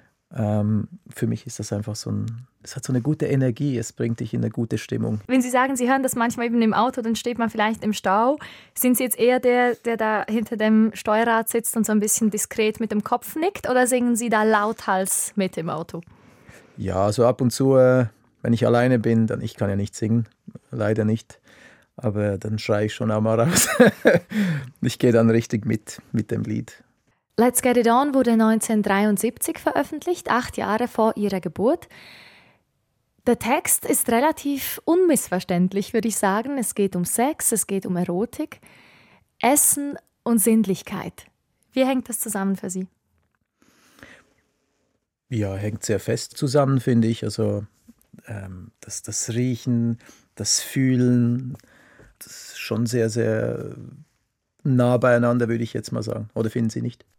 Für mich ist das einfach es hat so eine gute Energie, es bringt dich in eine gute Stimmung. Wenn Sie sagen, Sie hören das manchmal eben im Auto, dann steht man vielleicht im Stau. Sind Sie jetzt eher der da hinter dem Steuerrad sitzt und so ein bisschen diskret mit dem Kopf nickt oder singen Sie da lauthals mit im Auto? Ja, so ab und zu, wenn ich alleine bin, ich kann ja nicht singen, leider nicht. Aber dann schreie ich schon auch mal raus. Ich gehe dann richtig mit dem Lied. Let's Get It On wurde 1973 veröffentlicht, 8 Jahre vor ihrer Geburt. Der Text ist relativ unmissverständlich, würde ich sagen. Es geht um Sex, es geht um Erotik, Essen und Sinnlichkeit. Wie hängt das zusammen für Sie? Ja, hängt sehr fest zusammen, finde ich. Also das Riechen, das Fühlen, das ist schon sehr, sehr nah beieinander, würde ich jetzt mal sagen. Oder finden Sie nicht?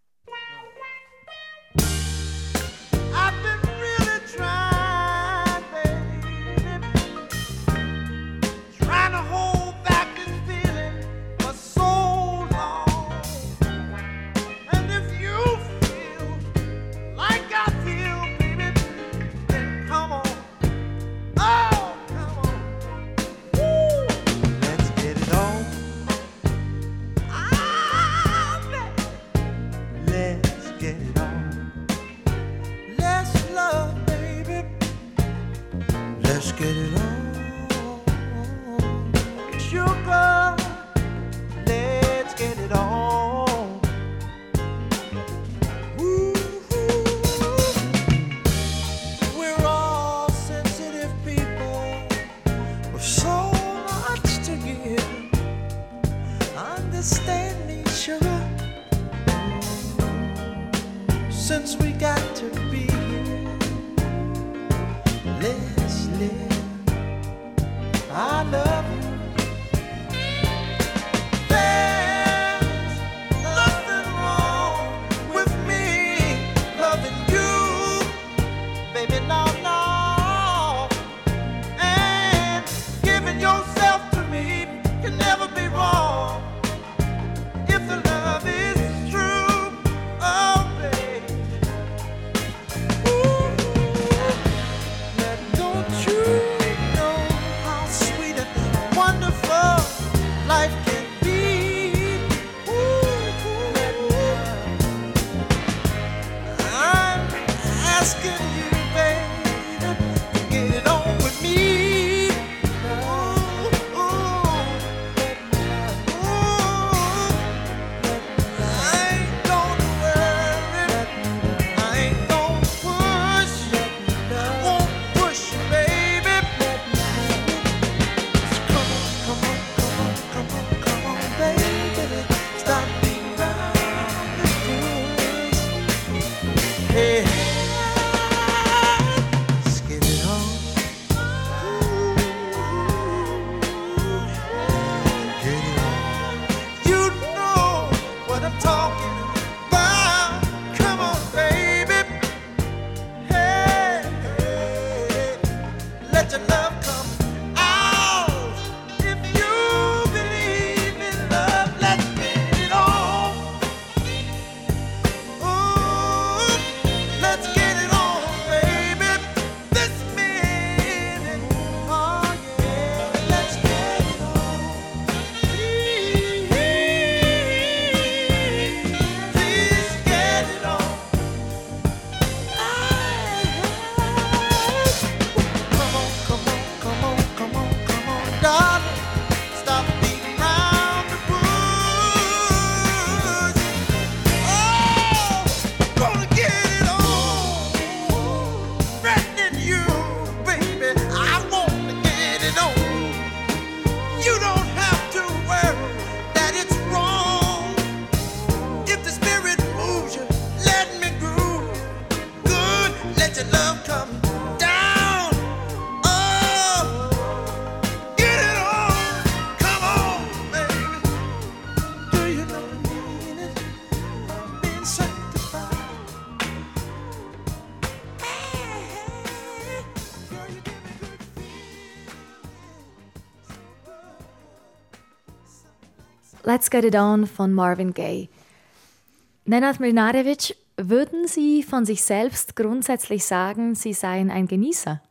Let's Get It On von Marvin Gaye. Nenad Mlinarevic, würden Sie von sich selbst grundsätzlich sagen, Sie seien ein Genießer?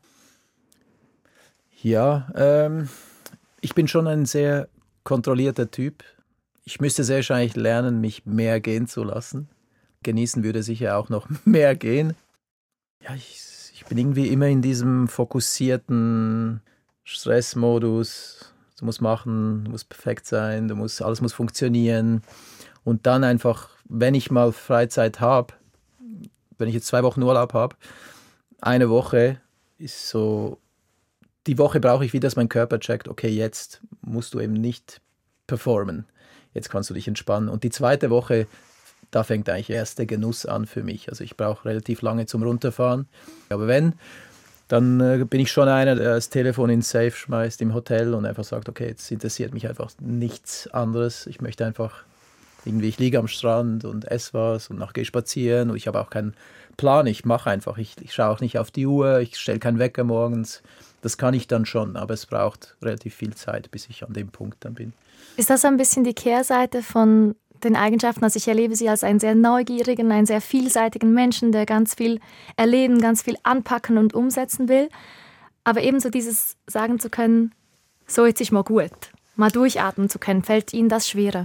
Ja, ich bin schon ein sehr kontrollierter Typ. Ich müsste sehr wahrscheinlich lernen, mich mehr gehen zu lassen. Genießen würde sicher auch noch mehr gehen. Ja, ich bin irgendwie immer in diesem fokussierten Stressmodus. Du musst machen, du musst perfekt sein, alles muss funktionieren. Und dann einfach, wenn ich mal Freizeit habe, wenn ich jetzt 2 Wochen Urlaub habe, eine Woche ist so, die Woche brauche ich wieder, dass mein Körper checkt, okay, jetzt musst du eben nicht performen. Jetzt kannst du dich entspannen. Und die zweite Woche, da fängt eigentlich erst der Genuss an für mich. Also ich brauche relativ lange zum Runterfahren. Aber wenn, dann bin ich schon einer, der das Telefon ins Safe schmeißt im Hotel und einfach sagt, okay, jetzt interessiert mich einfach nichts anderes. Ich möchte einfach irgendwie, ich liege am Strand und esse was und gehe spazieren und ich habe auch keinen Plan. Ich mache einfach, ich schaue auch nicht auf die Uhr, ich stelle keinen Wecker morgens. Das kann ich dann schon, aber es braucht relativ viel Zeit, bis ich an dem Punkt dann bin. Ist das ein bisschen die Kehrseite von den Eigenschaften? Also ich erlebe Sie als einen sehr neugierigen, einen sehr vielseitigen Menschen, der ganz viel erleben, ganz viel anpacken und umsetzen will. Aber ebenso dieses sagen zu können, so jetzt ist mal gut, mal durchatmen zu können, fällt Ihnen das schwerer?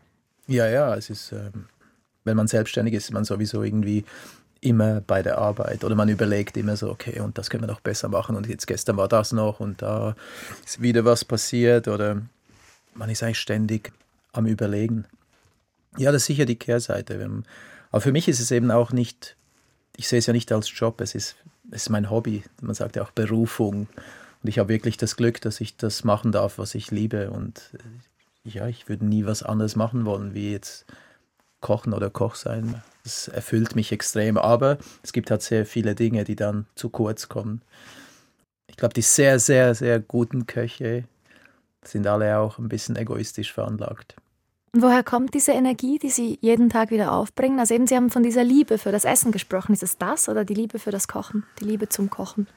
Ja, es ist, wenn man selbstständig ist, ist man sowieso irgendwie immer bei der Arbeit oder man überlegt immer so, okay, und das können wir noch besser machen und jetzt gestern war das noch und da ist wieder was passiert oder man ist eigentlich ständig am Überlegen. Ja, das ist sicher die Kehrseite. Aber für mich ist es eben auch nicht, ich sehe es ja nicht als Job, es ist mein Hobby, man sagt ja auch Berufung und ich habe wirklich das Glück, dass ich das machen darf, was ich liebe und ja, ich würde nie was anderes machen wollen, wie jetzt kochen oder Koch sein. Das erfüllt mich extrem, aber es gibt halt sehr viele Dinge, die dann zu kurz kommen. Ich glaube, die sehr, sehr, sehr guten Köche sind alle auch ein bisschen egoistisch veranlagt. Und woher kommt diese Energie, die Sie jeden Tag wieder aufbringen? Also eben, Sie haben von dieser Liebe für das Essen gesprochen. Ist es das oder die Liebe für das Kochen, die Liebe zum Kochen?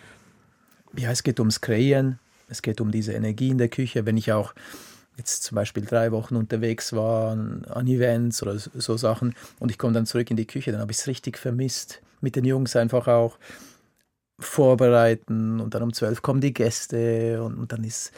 Ja, es geht ums Kreieren, es geht um diese Energie in der Küche. Wenn ich auch jetzt zum Beispiel 3 Wochen unterwegs war an Events oder so Sachen und ich komme dann zurück in die Küche, dann habe ich es richtig vermisst. Mit den Jungs einfach auch vorbereiten und dann um 12 kommen die Gäste und dann ist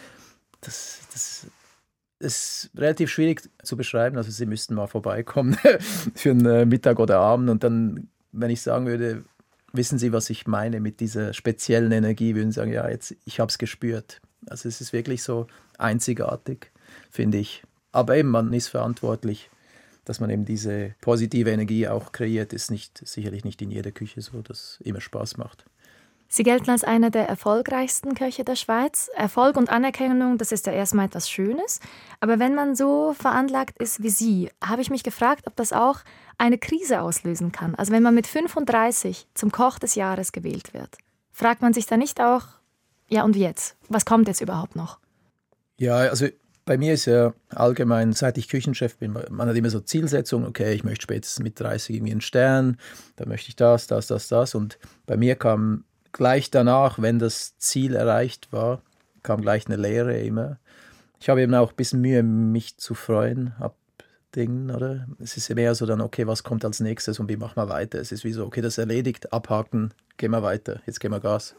das ist relativ schwierig zu beschreiben. Also sie müssten mal vorbeikommen für einen Mittag oder Abend und dann, wenn ich sagen würde, wissen Sie, was ich meine mit dieser speziellen Energie, würden Sie sagen, ja, jetzt, ich habe es gespürt. Also es ist wirklich so einzigartig, finde ich. Aber eben, man ist verantwortlich, dass man eben diese positive Energie auch kreiert, ist sicherlich nicht in jeder Küche so, dass immer Spaß macht. Sie gelten als einer der erfolgreichsten Köche der Schweiz. Erfolg und Anerkennung, das ist ja erstmal etwas Schönes. Aber wenn man so veranlagt ist wie Sie, habe ich mich gefragt, ob das auch eine Krise auslösen kann. Also wenn man mit 35 zum Koch des Jahres gewählt wird, fragt man sich da nicht auch, ja und wie jetzt? Was kommt jetzt überhaupt noch? Ja, also bei mir ist ja allgemein, seit ich Küchenchef bin, man hat immer so Zielsetzungen, okay, ich möchte spätestens mit 30 irgendwie einen Stern, dann möchte ich das. Und bei mir kam gleich danach, wenn das Ziel erreicht war, kam gleich eine Leere immer. Ich habe eben auch ein bisschen Mühe, mich zu freuen ab Dingen, oder? Es ist mehr so dann, okay, was kommt als nächstes und wie machen wir weiter? Es ist wie so, okay, das ist erledigt, abhaken, gehen wir weiter, jetzt geben wir Gas.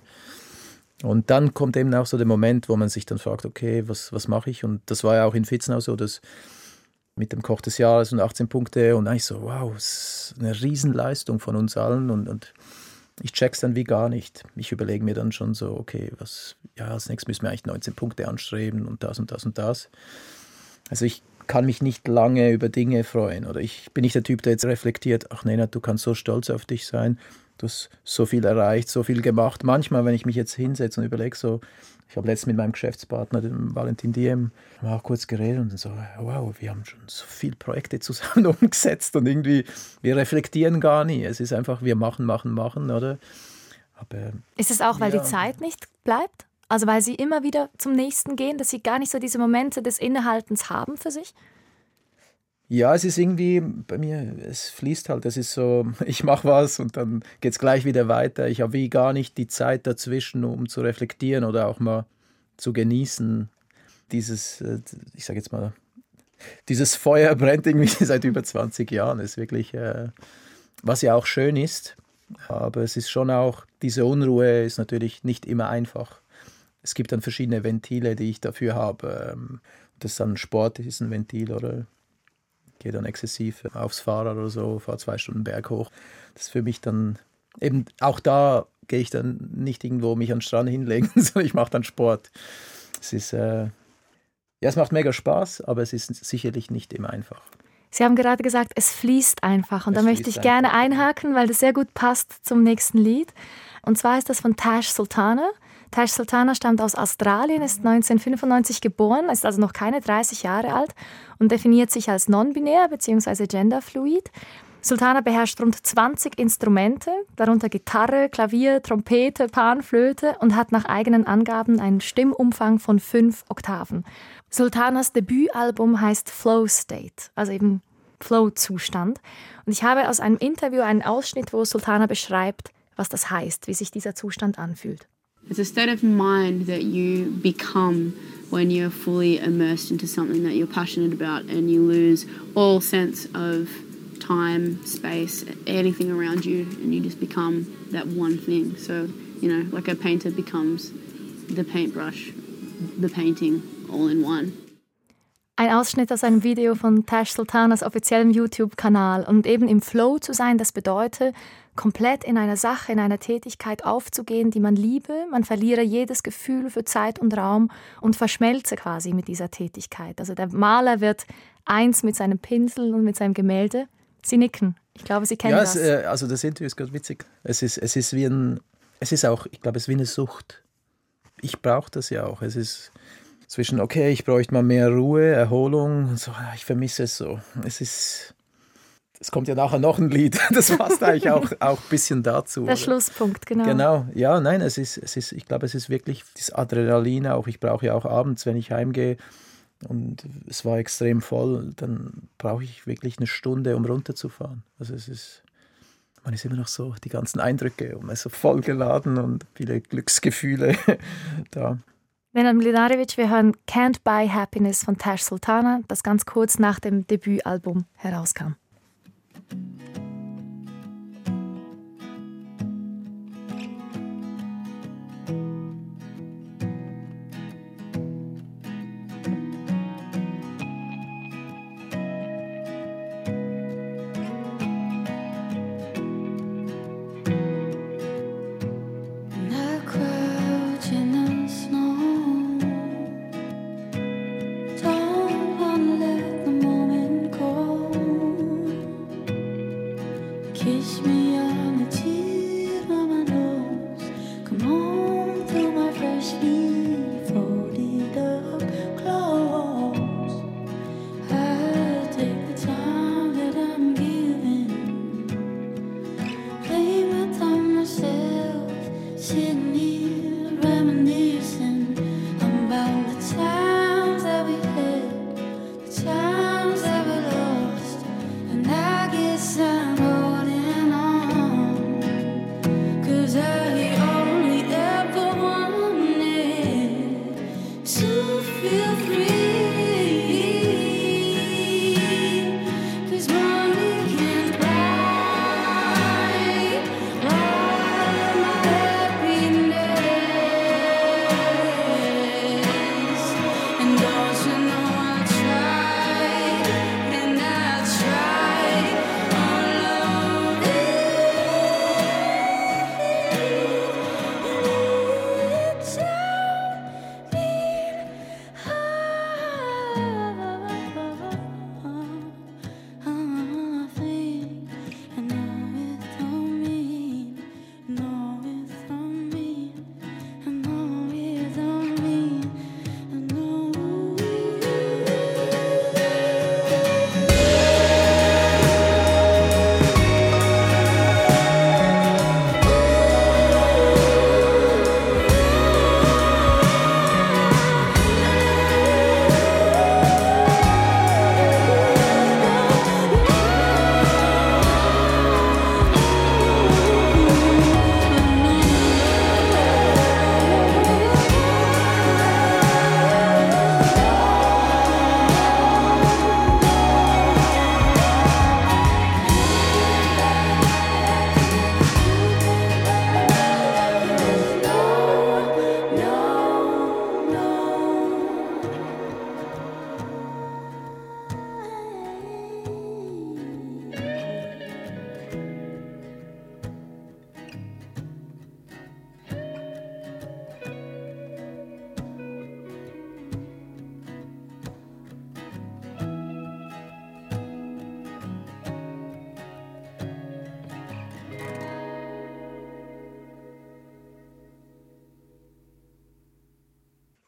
Und dann kommt eben auch so der Moment, wo man sich dann fragt, okay, was mache ich? Und das war ja auch in Vitzenau so, dass mit dem Koch des Jahres und 18 Punkte und eigentlich so, wow, das ist eine Riesenleistung von uns allen und ich check's dann wie gar nicht. Ich überlege mir dann schon so, okay, als nächstes müssen wir eigentlich 19 Punkte anstreben und das und das und das. Also ich kann mich nicht lange über Dinge freuen oder ich bin nicht der Typ, der jetzt reflektiert, ach Nenad, du kannst so stolz auf dich sein, du hast so viel erreicht, so viel gemacht. Manchmal, wenn ich mich jetzt hinsetze und überlege so, ich habe letztens mit meinem Geschäftspartner, dem Valentin Diem, auch kurz geredet und dann so, wow, wir haben schon so viele Projekte zusammen umgesetzt und irgendwie, wir reflektieren gar nie. Es ist einfach, wir machen, oder? Aber, ist es auch, weil die Zeit nicht bleibt? Also weil Sie immer wieder zum Nächsten gehen, dass Sie gar nicht so diese Momente des Innehaltens haben für sich? Ja, es ist irgendwie bei mir, es fließt halt, es ist so, ich mache was und dann geht es gleich wieder weiter. Ich habe wie gar nicht die Zeit dazwischen, um zu reflektieren oder auch mal zu genießen. Dieses, ich sage jetzt mal, dieses Feuer brennt irgendwie seit über 20 Jahren. Das ist wirklich, was ja auch schön ist. Aber es ist schon auch, diese Unruhe ist natürlich nicht immer einfach. Es gibt dann verschiedene Ventile, die ich dafür habe. Das ist dann Sport, ist ein Ventil, oder gehe dann exzessiv aufs Fahrrad oder so, fahre 2 Stunden Berg hoch. Das ist für mich dann, eben auch da gehe ich dann nicht irgendwo mich an den Strand hinlegen, sondern ich mache dann Sport. Es ist, ja, es macht mega Spaß, aber es ist sicherlich nicht immer einfach. Sie haben gerade gesagt, es fließt einfach. Und da möchte ich gerne einhaken, weil das sehr gut passt zum nächsten Lied. Und zwar ist das von Tash Sultana. Tash Sultana stammt aus Australien, ist 1995 geboren, ist also noch keine 30 Jahre alt und definiert sich als non-binär bzw. genderfluid. Sultana beherrscht rund 20 Instrumente, darunter Gitarre, Klavier, Trompete, Panflöte und hat nach eigenen Angaben einen Stimmumfang von 5 Oktaven. Sultanas Debütalbum heißt Flow State, also eben Flow-Zustand. Und ich habe aus einem Interview einen Ausschnitt, wo Sultana beschreibt, was das heißt, wie sich dieser Zustand anfühlt. It's a state of mind that you become when you're fully immersed into something that you're passionate about and you lose all sense of time, space, anything around you, and you just become that one thing. So, you know, like a painter becomes the paintbrush, the painting, all in one. Ein Ausschnitt aus einem Video von Tash Sultanas offiziellem YouTube-Kanal. Und eben im Flow zu sein, das bedeutet, komplett in einer Sache, in einer Tätigkeit aufzugehen, die man liebe. Man verliere jedes Gefühl für Zeit und Raum und verschmelze quasi mit dieser Tätigkeit. Also der Maler wird eins mit seinem Pinsel und mit seinem Gemälde. Sie nicken. Ich glaube, Sie kennen das. Ja, also das Interview ist ganz witzig. Es ist auch, ich glaube, es ist wie eine Sucht. Ich brauche das ja auch. Es ist zwischen, okay, ich bräuchte mal mehr Ruhe, Erholung, so, ich vermisse es so. Es kommt ja nachher noch ein Lied, das passt eigentlich auch ein bisschen dazu. Der Schlusspunkt, genau. Genau, ja, nein, ich glaube, es ist wirklich das Adrenalin auch. Ich brauche ja auch abends, wenn ich heimgehe und es war extrem voll, dann brauche ich wirklich eine Stunde, um runterzufahren. Also man ist immer noch so, die ganzen Eindrücke, man ist so voll geladen und viele Glücksgefühle da. Nenad Mlinarevic, wir hören Can't Buy Happiness von Tash Sultana, das ganz kurz nach dem Debütalbum herauskam. Don't wanna let the moment go.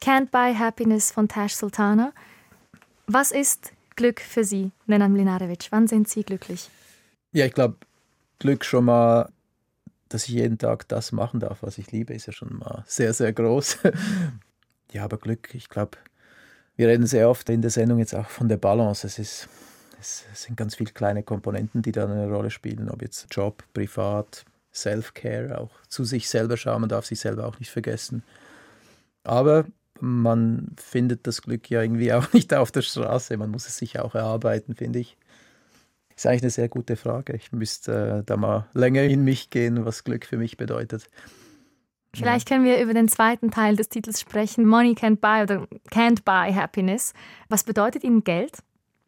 Can't Buy Happiness von Tash Sultana. Was ist Glück für Sie, Nenad Mlinarevic? Wann sind Sie glücklich? Ja, ich glaube, Glück schon mal, dass ich jeden Tag das machen darf, was ich liebe, ist ja schon mal sehr, sehr groß. Ja, aber Glück, ich glaube, wir reden sehr oft in der Sendung jetzt auch von der Balance. Es sind ganz viele kleine Komponenten, die da eine Rolle spielen, ob jetzt Job, privat, Self-Care, auch zu sich selber schauen, man darf sich selber auch nicht vergessen. Aber man findet das Glück ja irgendwie auch nicht auf der Straße, man muss es sich auch erarbeiten, finde ich. Das ist eigentlich eine sehr gute Frage. Ich müsste da mal länger in mich gehen, was Glück für mich bedeutet. Vielleicht können wir über den zweiten Teil des Titels sprechen, Money Can't Buy oder Can't Buy Happiness. Was bedeutet Ihnen Geld?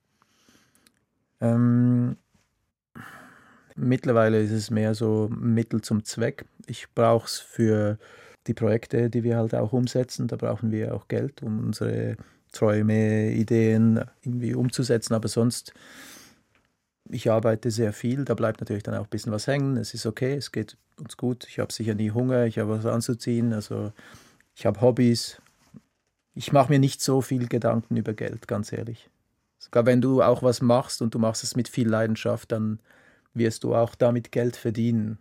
Mittlerweile ist es mehr so Mittel zum Zweck. Ich brauche es für die Projekte, die wir halt auch umsetzen. Da brauchen wir auch Geld, um unsere Träume, Ideen irgendwie umzusetzen. Aber sonst, ich arbeite sehr viel. Da bleibt natürlich dann auch ein bisschen was hängen. Es ist okay, es geht uns gut. Ich habe sicher nie Hunger, ich habe was anzuziehen. Also ich habe Hobbys. Ich mache mir nicht so viel Gedanken über Geld, ganz ehrlich. Sogar wenn du auch was machst und du machst es mit viel Leidenschaft, dann wirst du auch damit Geld verdienen.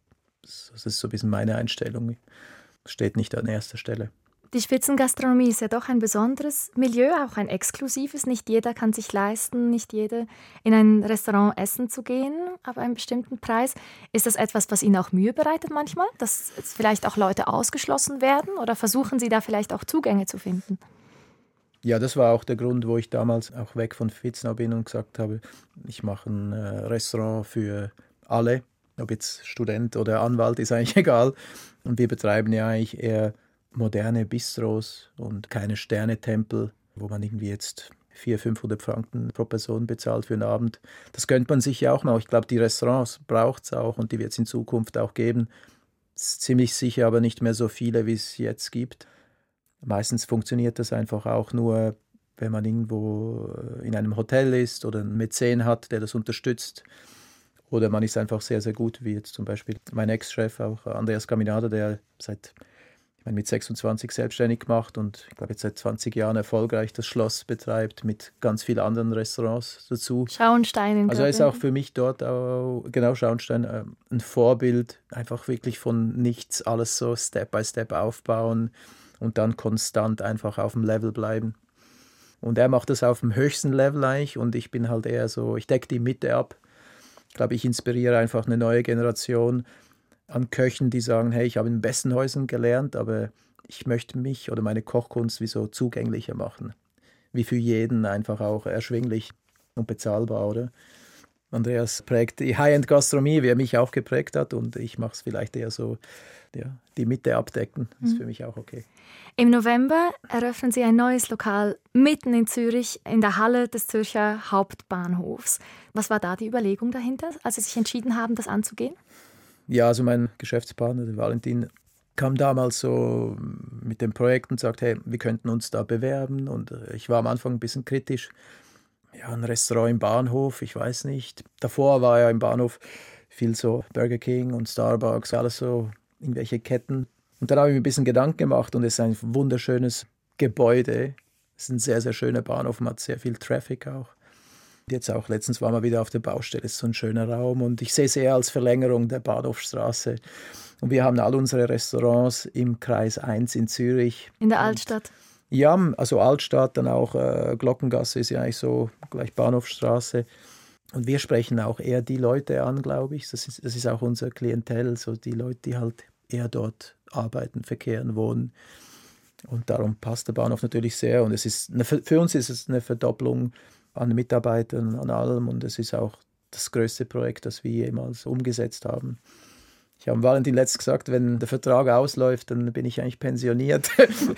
Das ist so ein bisschen meine Einstellung. Steht nicht an erster Stelle. Die Spitzengastronomie ist ja doch ein besonderes Milieu, auch ein exklusives. Nicht jeder kann sich leisten, nicht jeder in ein Restaurant essen zu gehen, ab einem bestimmten Preis. Ist das etwas, was Ihnen auch Mühe bereitet manchmal, dass vielleicht auch Leute ausgeschlossen werden? Oder versuchen Sie da vielleicht auch Zugänge zu finden? Ja, das war auch der Grund, wo ich damals auch weg von Fitznau bin und gesagt habe, ich mache ein Restaurant für alle, ob jetzt Student oder Anwalt, ist eigentlich egal. Und wir betreiben ja eigentlich eher moderne Bistros und keine Sternetempel, wo man irgendwie jetzt 400-500 Franken pro Person bezahlt für einen Abend. Das könnte man sich ja auch mal. Ich glaube, die Restaurants braucht es auch und die wird es in Zukunft auch geben. Ziemlich sicher aber nicht mehr so viele, wie es jetzt gibt. Meistens funktioniert das einfach auch nur, wenn man irgendwo in einem Hotel ist oder einen Mäzen hat, der das unterstützt. Oder man ist einfach sehr, sehr gut, wie jetzt zum Beispiel mein Ex-Chef, auch Andreas Caminada, der mit 26 selbstständig gemacht und ich glaube jetzt seit 20 Jahren erfolgreich das Schloss betreibt mit ganz vielen anderen Restaurants dazu. Schauenstein. Also er ist auch für mich dort auch, genau, Schauenstein, ein Vorbild, einfach wirklich von nichts alles so Step by Step aufbauen und dann konstant einfach auf dem Level bleiben. Und er macht das auf dem höchsten Level eigentlich und ich bin halt eher so, ich decke die Mitte ab. Ich glaube, ich inspiriere einfach eine neue Generation an Köchen, die sagen, hey, ich habe in besten Häusern gelernt, aber ich möchte mich oder meine Kochkunst wie so zugänglicher machen. Wie für jeden einfach auch erschwinglich und bezahlbar, oder? Andreas prägt die High-End-Gastronomie, wie er mich auch geprägt hat und ich mache es vielleicht eher so, ja, die Mitte abdecken, ist für mich auch okay. Im November eröffnen Sie ein neues Lokal mitten in Zürich in der Halle des Zürcher Hauptbahnhofs. Was war da die Überlegung dahinter, als Sie sich entschieden haben, das anzugehen? Ja, also mein Geschäftspartner, der Valentin, kam damals so mit dem Projekt und sagte, hey, wir könnten uns da bewerben. Und ich war am Anfang ein bisschen kritisch. Ja, ein Restaurant im Bahnhof, ich weiß nicht. Davor war ja im Bahnhof viel so Burger King und Starbucks, alles so irgendwelche Ketten. Und dann habe ich mir ein bisschen Gedanken gemacht und es ist ein wunderschönes Gebäude. Es ist ein sehr, sehr schöner Bahnhof, man hat sehr viel Traffic auch. Jetzt auch letztens waren wir wieder auf der Baustelle, es ist so ein schöner Raum und ich sehe es eher als Verlängerung der Bahnhofstraße. Und wir haben all unsere Restaurants im Kreis 1 in Zürich. In der Altstadt? Ja, also Altstadt, dann auch Glockengasse ist ja eigentlich so gleich Bahnhofstraße. Und wir sprechen auch eher die Leute an, glaube ich. Das ist auch unser Klientel, so die Leute, die halt eher dort arbeiten, verkehren, wohnen. Und darum passt der Bahnhof natürlich sehr. Und für uns ist es eine Verdopplung an Mitarbeitern, an allem. Und es ist auch das größte Projekt, das wir jemals umgesetzt haben. Ich habe Valentin letztens gesagt, wenn der Vertrag ausläuft, dann bin ich eigentlich pensioniert.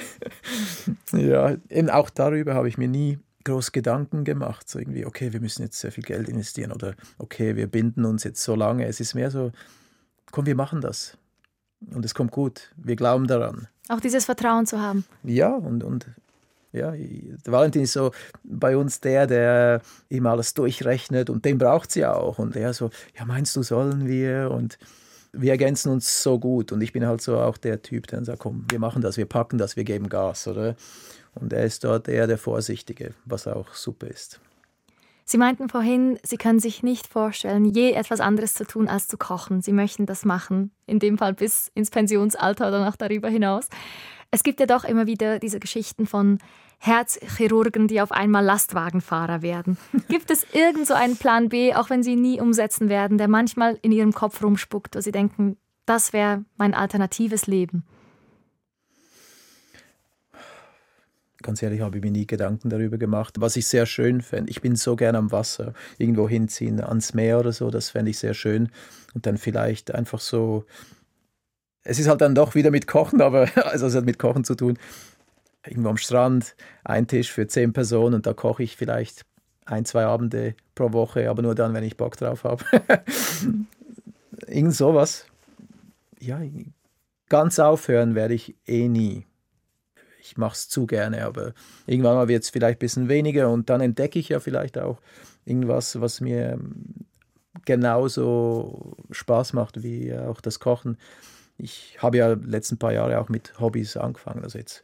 Ja, eben auch darüber habe ich mir nie groß Gedanken gemacht. So irgendwie, okay, wir müssen jetzt sehr viel Geld investieren oder okay, wir binden uns jetzt so lange. Es ist mehr so, komm, wir machen das. Und es kommt gut. Wir glauben daran. Auch dieses Vertrauen zu haben. Ja, und ja, der Valentin ist so bei uns der immer alles durchrechnet und den braucht sie auch. Und er so, ja, meinst du, sollen wir? Und wir ergänzen uns so gut und ich bin halt so auch der Typ, der sagt, komm, wir machen das, wir packen das, wir geben Gas, oder? Und er ist dort eher der Vorsichtige, was auch super ist. Sie meinten vorhin, Sie können sich nicht vorstellen, je etwas anderes zu tun, als zu kochen. Sie möchten das machen, in dem Fall bis ins Pensionsalter oder noch darüber hinaus. Es gibt ja doch immer wieder diese Geschichten von Herzchirurgen, die auf einmal Lastwagenfahrer werden. Gibt es irgend so einen Plan B, auch wenn Sie ihn nie umsetzen werden, der manchmal in Ihrem Kopf rumspuckt, wo Sie denken, das wäre mein alternatives Leben? Ganz ehrlich, habe ich mir nie Gedanken darüber gemacht. Was ich sehr schön fände, ich bin so gerne am Wasser, irgendwo hinziehen, ans Meer oder so, das fände ich sehr schön. Und dann vielleicht einfach so, es ist halt dann doch wieder mit Kochen, aber also es hat mit Kochen zu tun. Irgendwo am Strand, ein Tisch für 10 Personen und da koche ich vielleicht 1-2 Abende pro Woche, aber nur dann, wenn ich Bock drauf habe. Irgend sowas. Ja, ganz aufhören werde ich eh nie. Ich mache es zu gerne, aber irgendwann mal wird es vielleicht ein bisschen weniger und dann entdecke ich ja vielleicht auch irgendwas, was mir genauso Spaß macht wie auch das Kochen. Ich habe ja die letzten paar Jahre auch mit Hobbys angefangen, also jetzt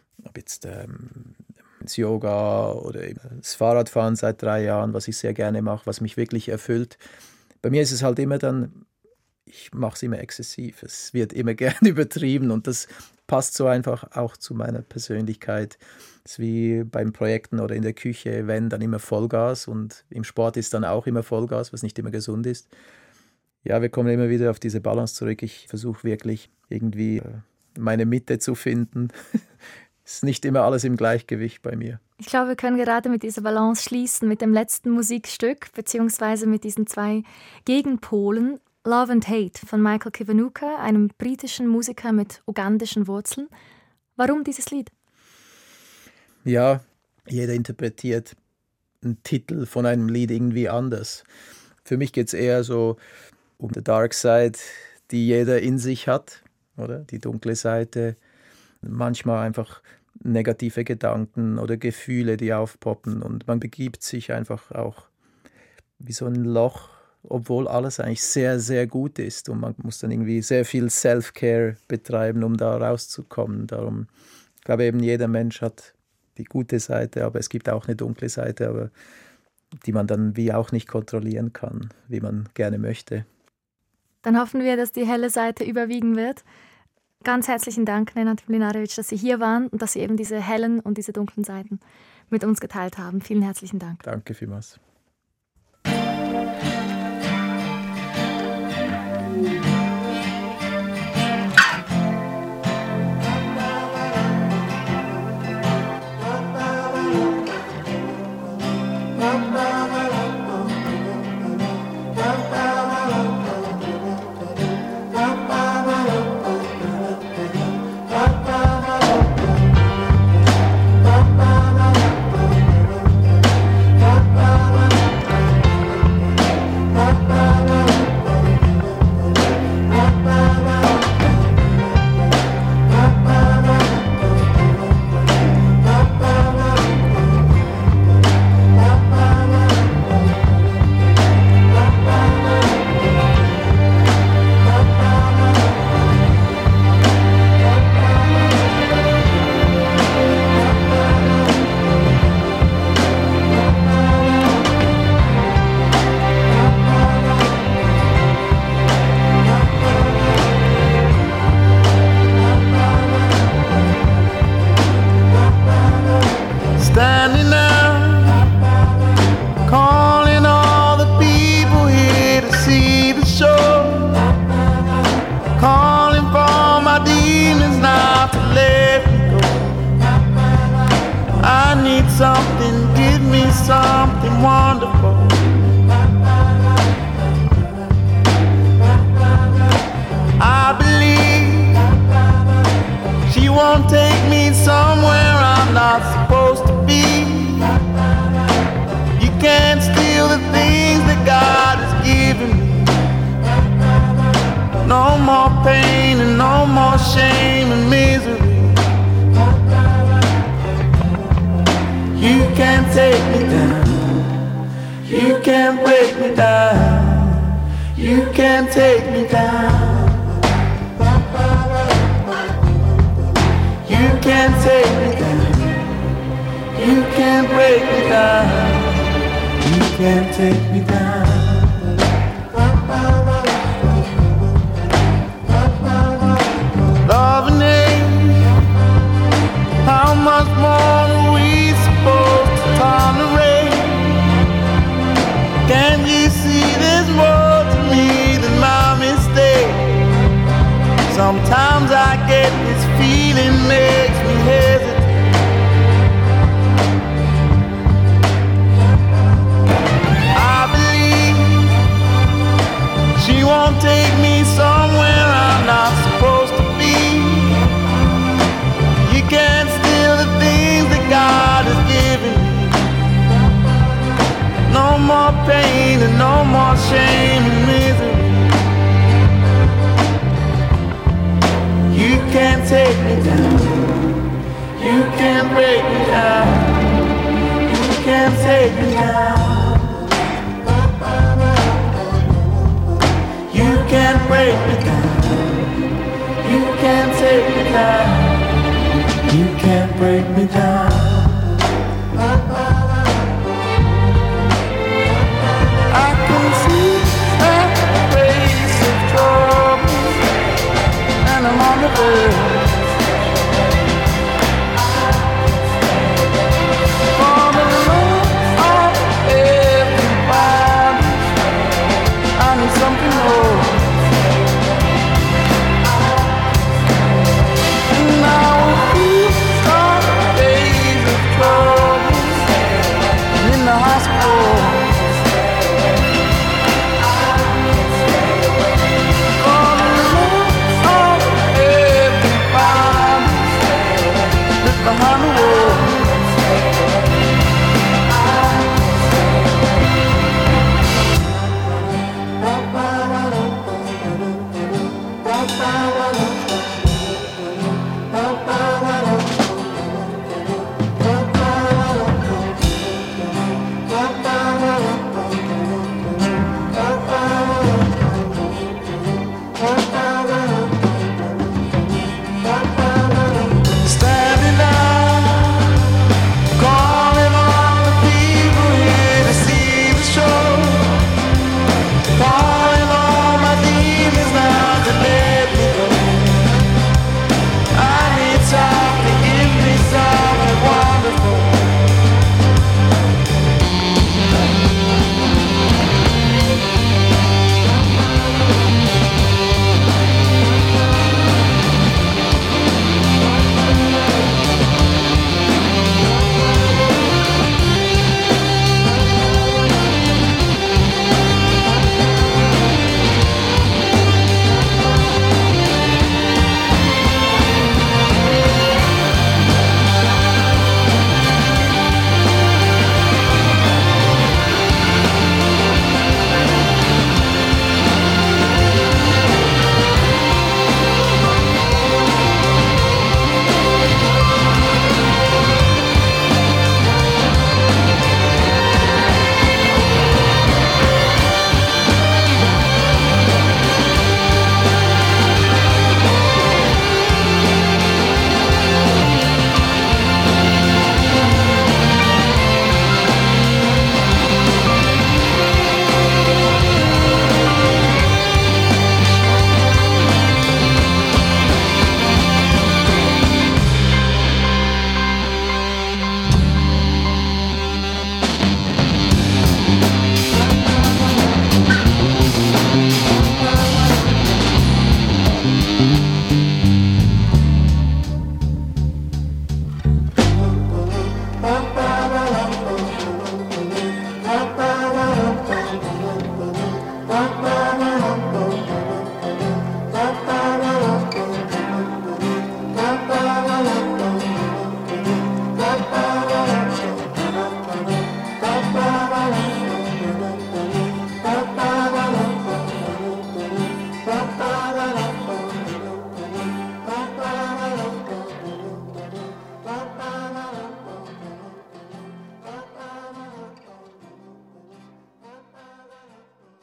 das Yoga oder das Fahrradfahren seit 3 Jahren, was ich sehr gerne mache, was mich wirklich erfüllt. Bei mir ist es halt immer dann, ich mache es immer exzessiv, es wird immer gern übertrieben und das passt so einfach auch zu meiner Persönlichkeit. Es ist wie beim Projekten oder in der Küche, wenn, dann immer Vollgas und im Sport ist dann auch immer Vollgas, was nicht immer gesund ist. Ja, wir kommen immer wieder auf diese Balance zurück. Ich versuche wirklich irgendwie meine Mitte zu finden. Es ist nicht immer alles im Gleichgewicht bei mir. Ich glaube, wir können gerade mit dieser Balance schließen, mit dem letzten Musikstück, beziehungsweise mit diesen 2 Gegenpolen. Love and Hate von Michael Kiwanuka, einem britischen Musiker mit ugandischen Wurzeln. Warum dieses Lied? Ja, jeder interpretiert einen Titel von einem Lied irgendwie anders. Für mich geht es eher so um die Dark Side, die jeder in sich hat, oder? Die dunkle Seite. Manchmal einfach negative Gedanken oder Gefühle, die aufpoppen und man begibt sich einfach auch wie so ein Loch, obwohl alles eigentlich sehr, sehr gut ist und man muss dann irgendwie sehr viel Self-Care betreiben, um da rauszukommen. Darum, ich glaube eben, jeder Mensch hat die gute Seite, aber es gibt auch eine dunkle Seite, aber die man dann wie auch nicht kontrollieren kann, wie man gerne möchte. Dann hoffen wir, dass die helle Seite überwiegen wird. Ganz herzlichen Dank, Nenad Mlinarevic, dass Sie hier waren und dass Sie eben diese hellen und diese dunklen Seiten mit uns geteilt haben. Vielen herzlichen Dank. Danke vielmals. Something, give me something wonderful. I believe she won't take me somewhere I'm not supposed to be. You can't steal the things that God has given me. No more pain and no more shame and misery. You can't take me down. You can't break me down. You can't take me down. can't take me down. You can't break me down. You can't take me down. Love and hate, how much more are we supposed to tolerate? Can't you see there's more to me than my mistake? Sometimes I get this feeling makes me hesitate. I believe she won't take me somewhere I'm not supposed to be. You can't steal the things that God has given me. No more pain and no more shame and misery. You can't take me down. You can't break me down. You can't take me down. You can't break me down. You can't take me down. You can't break me down. I can see that face of trouble, and I'm on the verge. For the love of everybody, I need something more. And I will keep some days of trouble in the hospital. For the love of everybody, live behind the wall. Standing up, calling on the people here to see the show. Calling all my demons now to let me go. I need time to give me something wonderful.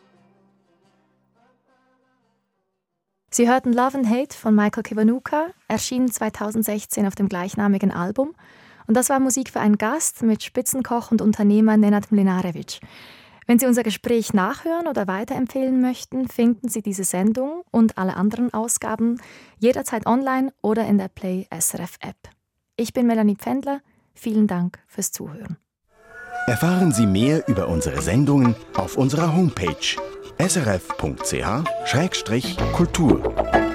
Sie hörten Love and Hate von Michael Kiwanuka. Er erschien 2016 auf dem gleichnamigen Album. Und das war Musik für einen Gast mit Spitzenkoch und Unternehmer Nenad Mlinarevic. Wenn Sie unser Gespräch nachhören oder weiterempfehlen möchten, finden Sie diese Sendung und alle anderen Ausgaben jederzeit online oder in der Play SRF App. Ich bin Melanie Pfändler. Vielen Dank fürs Zuhören. Erfahren Sie mehr über unsere Sendungen auf unserer Homepage srf.ch/kultur.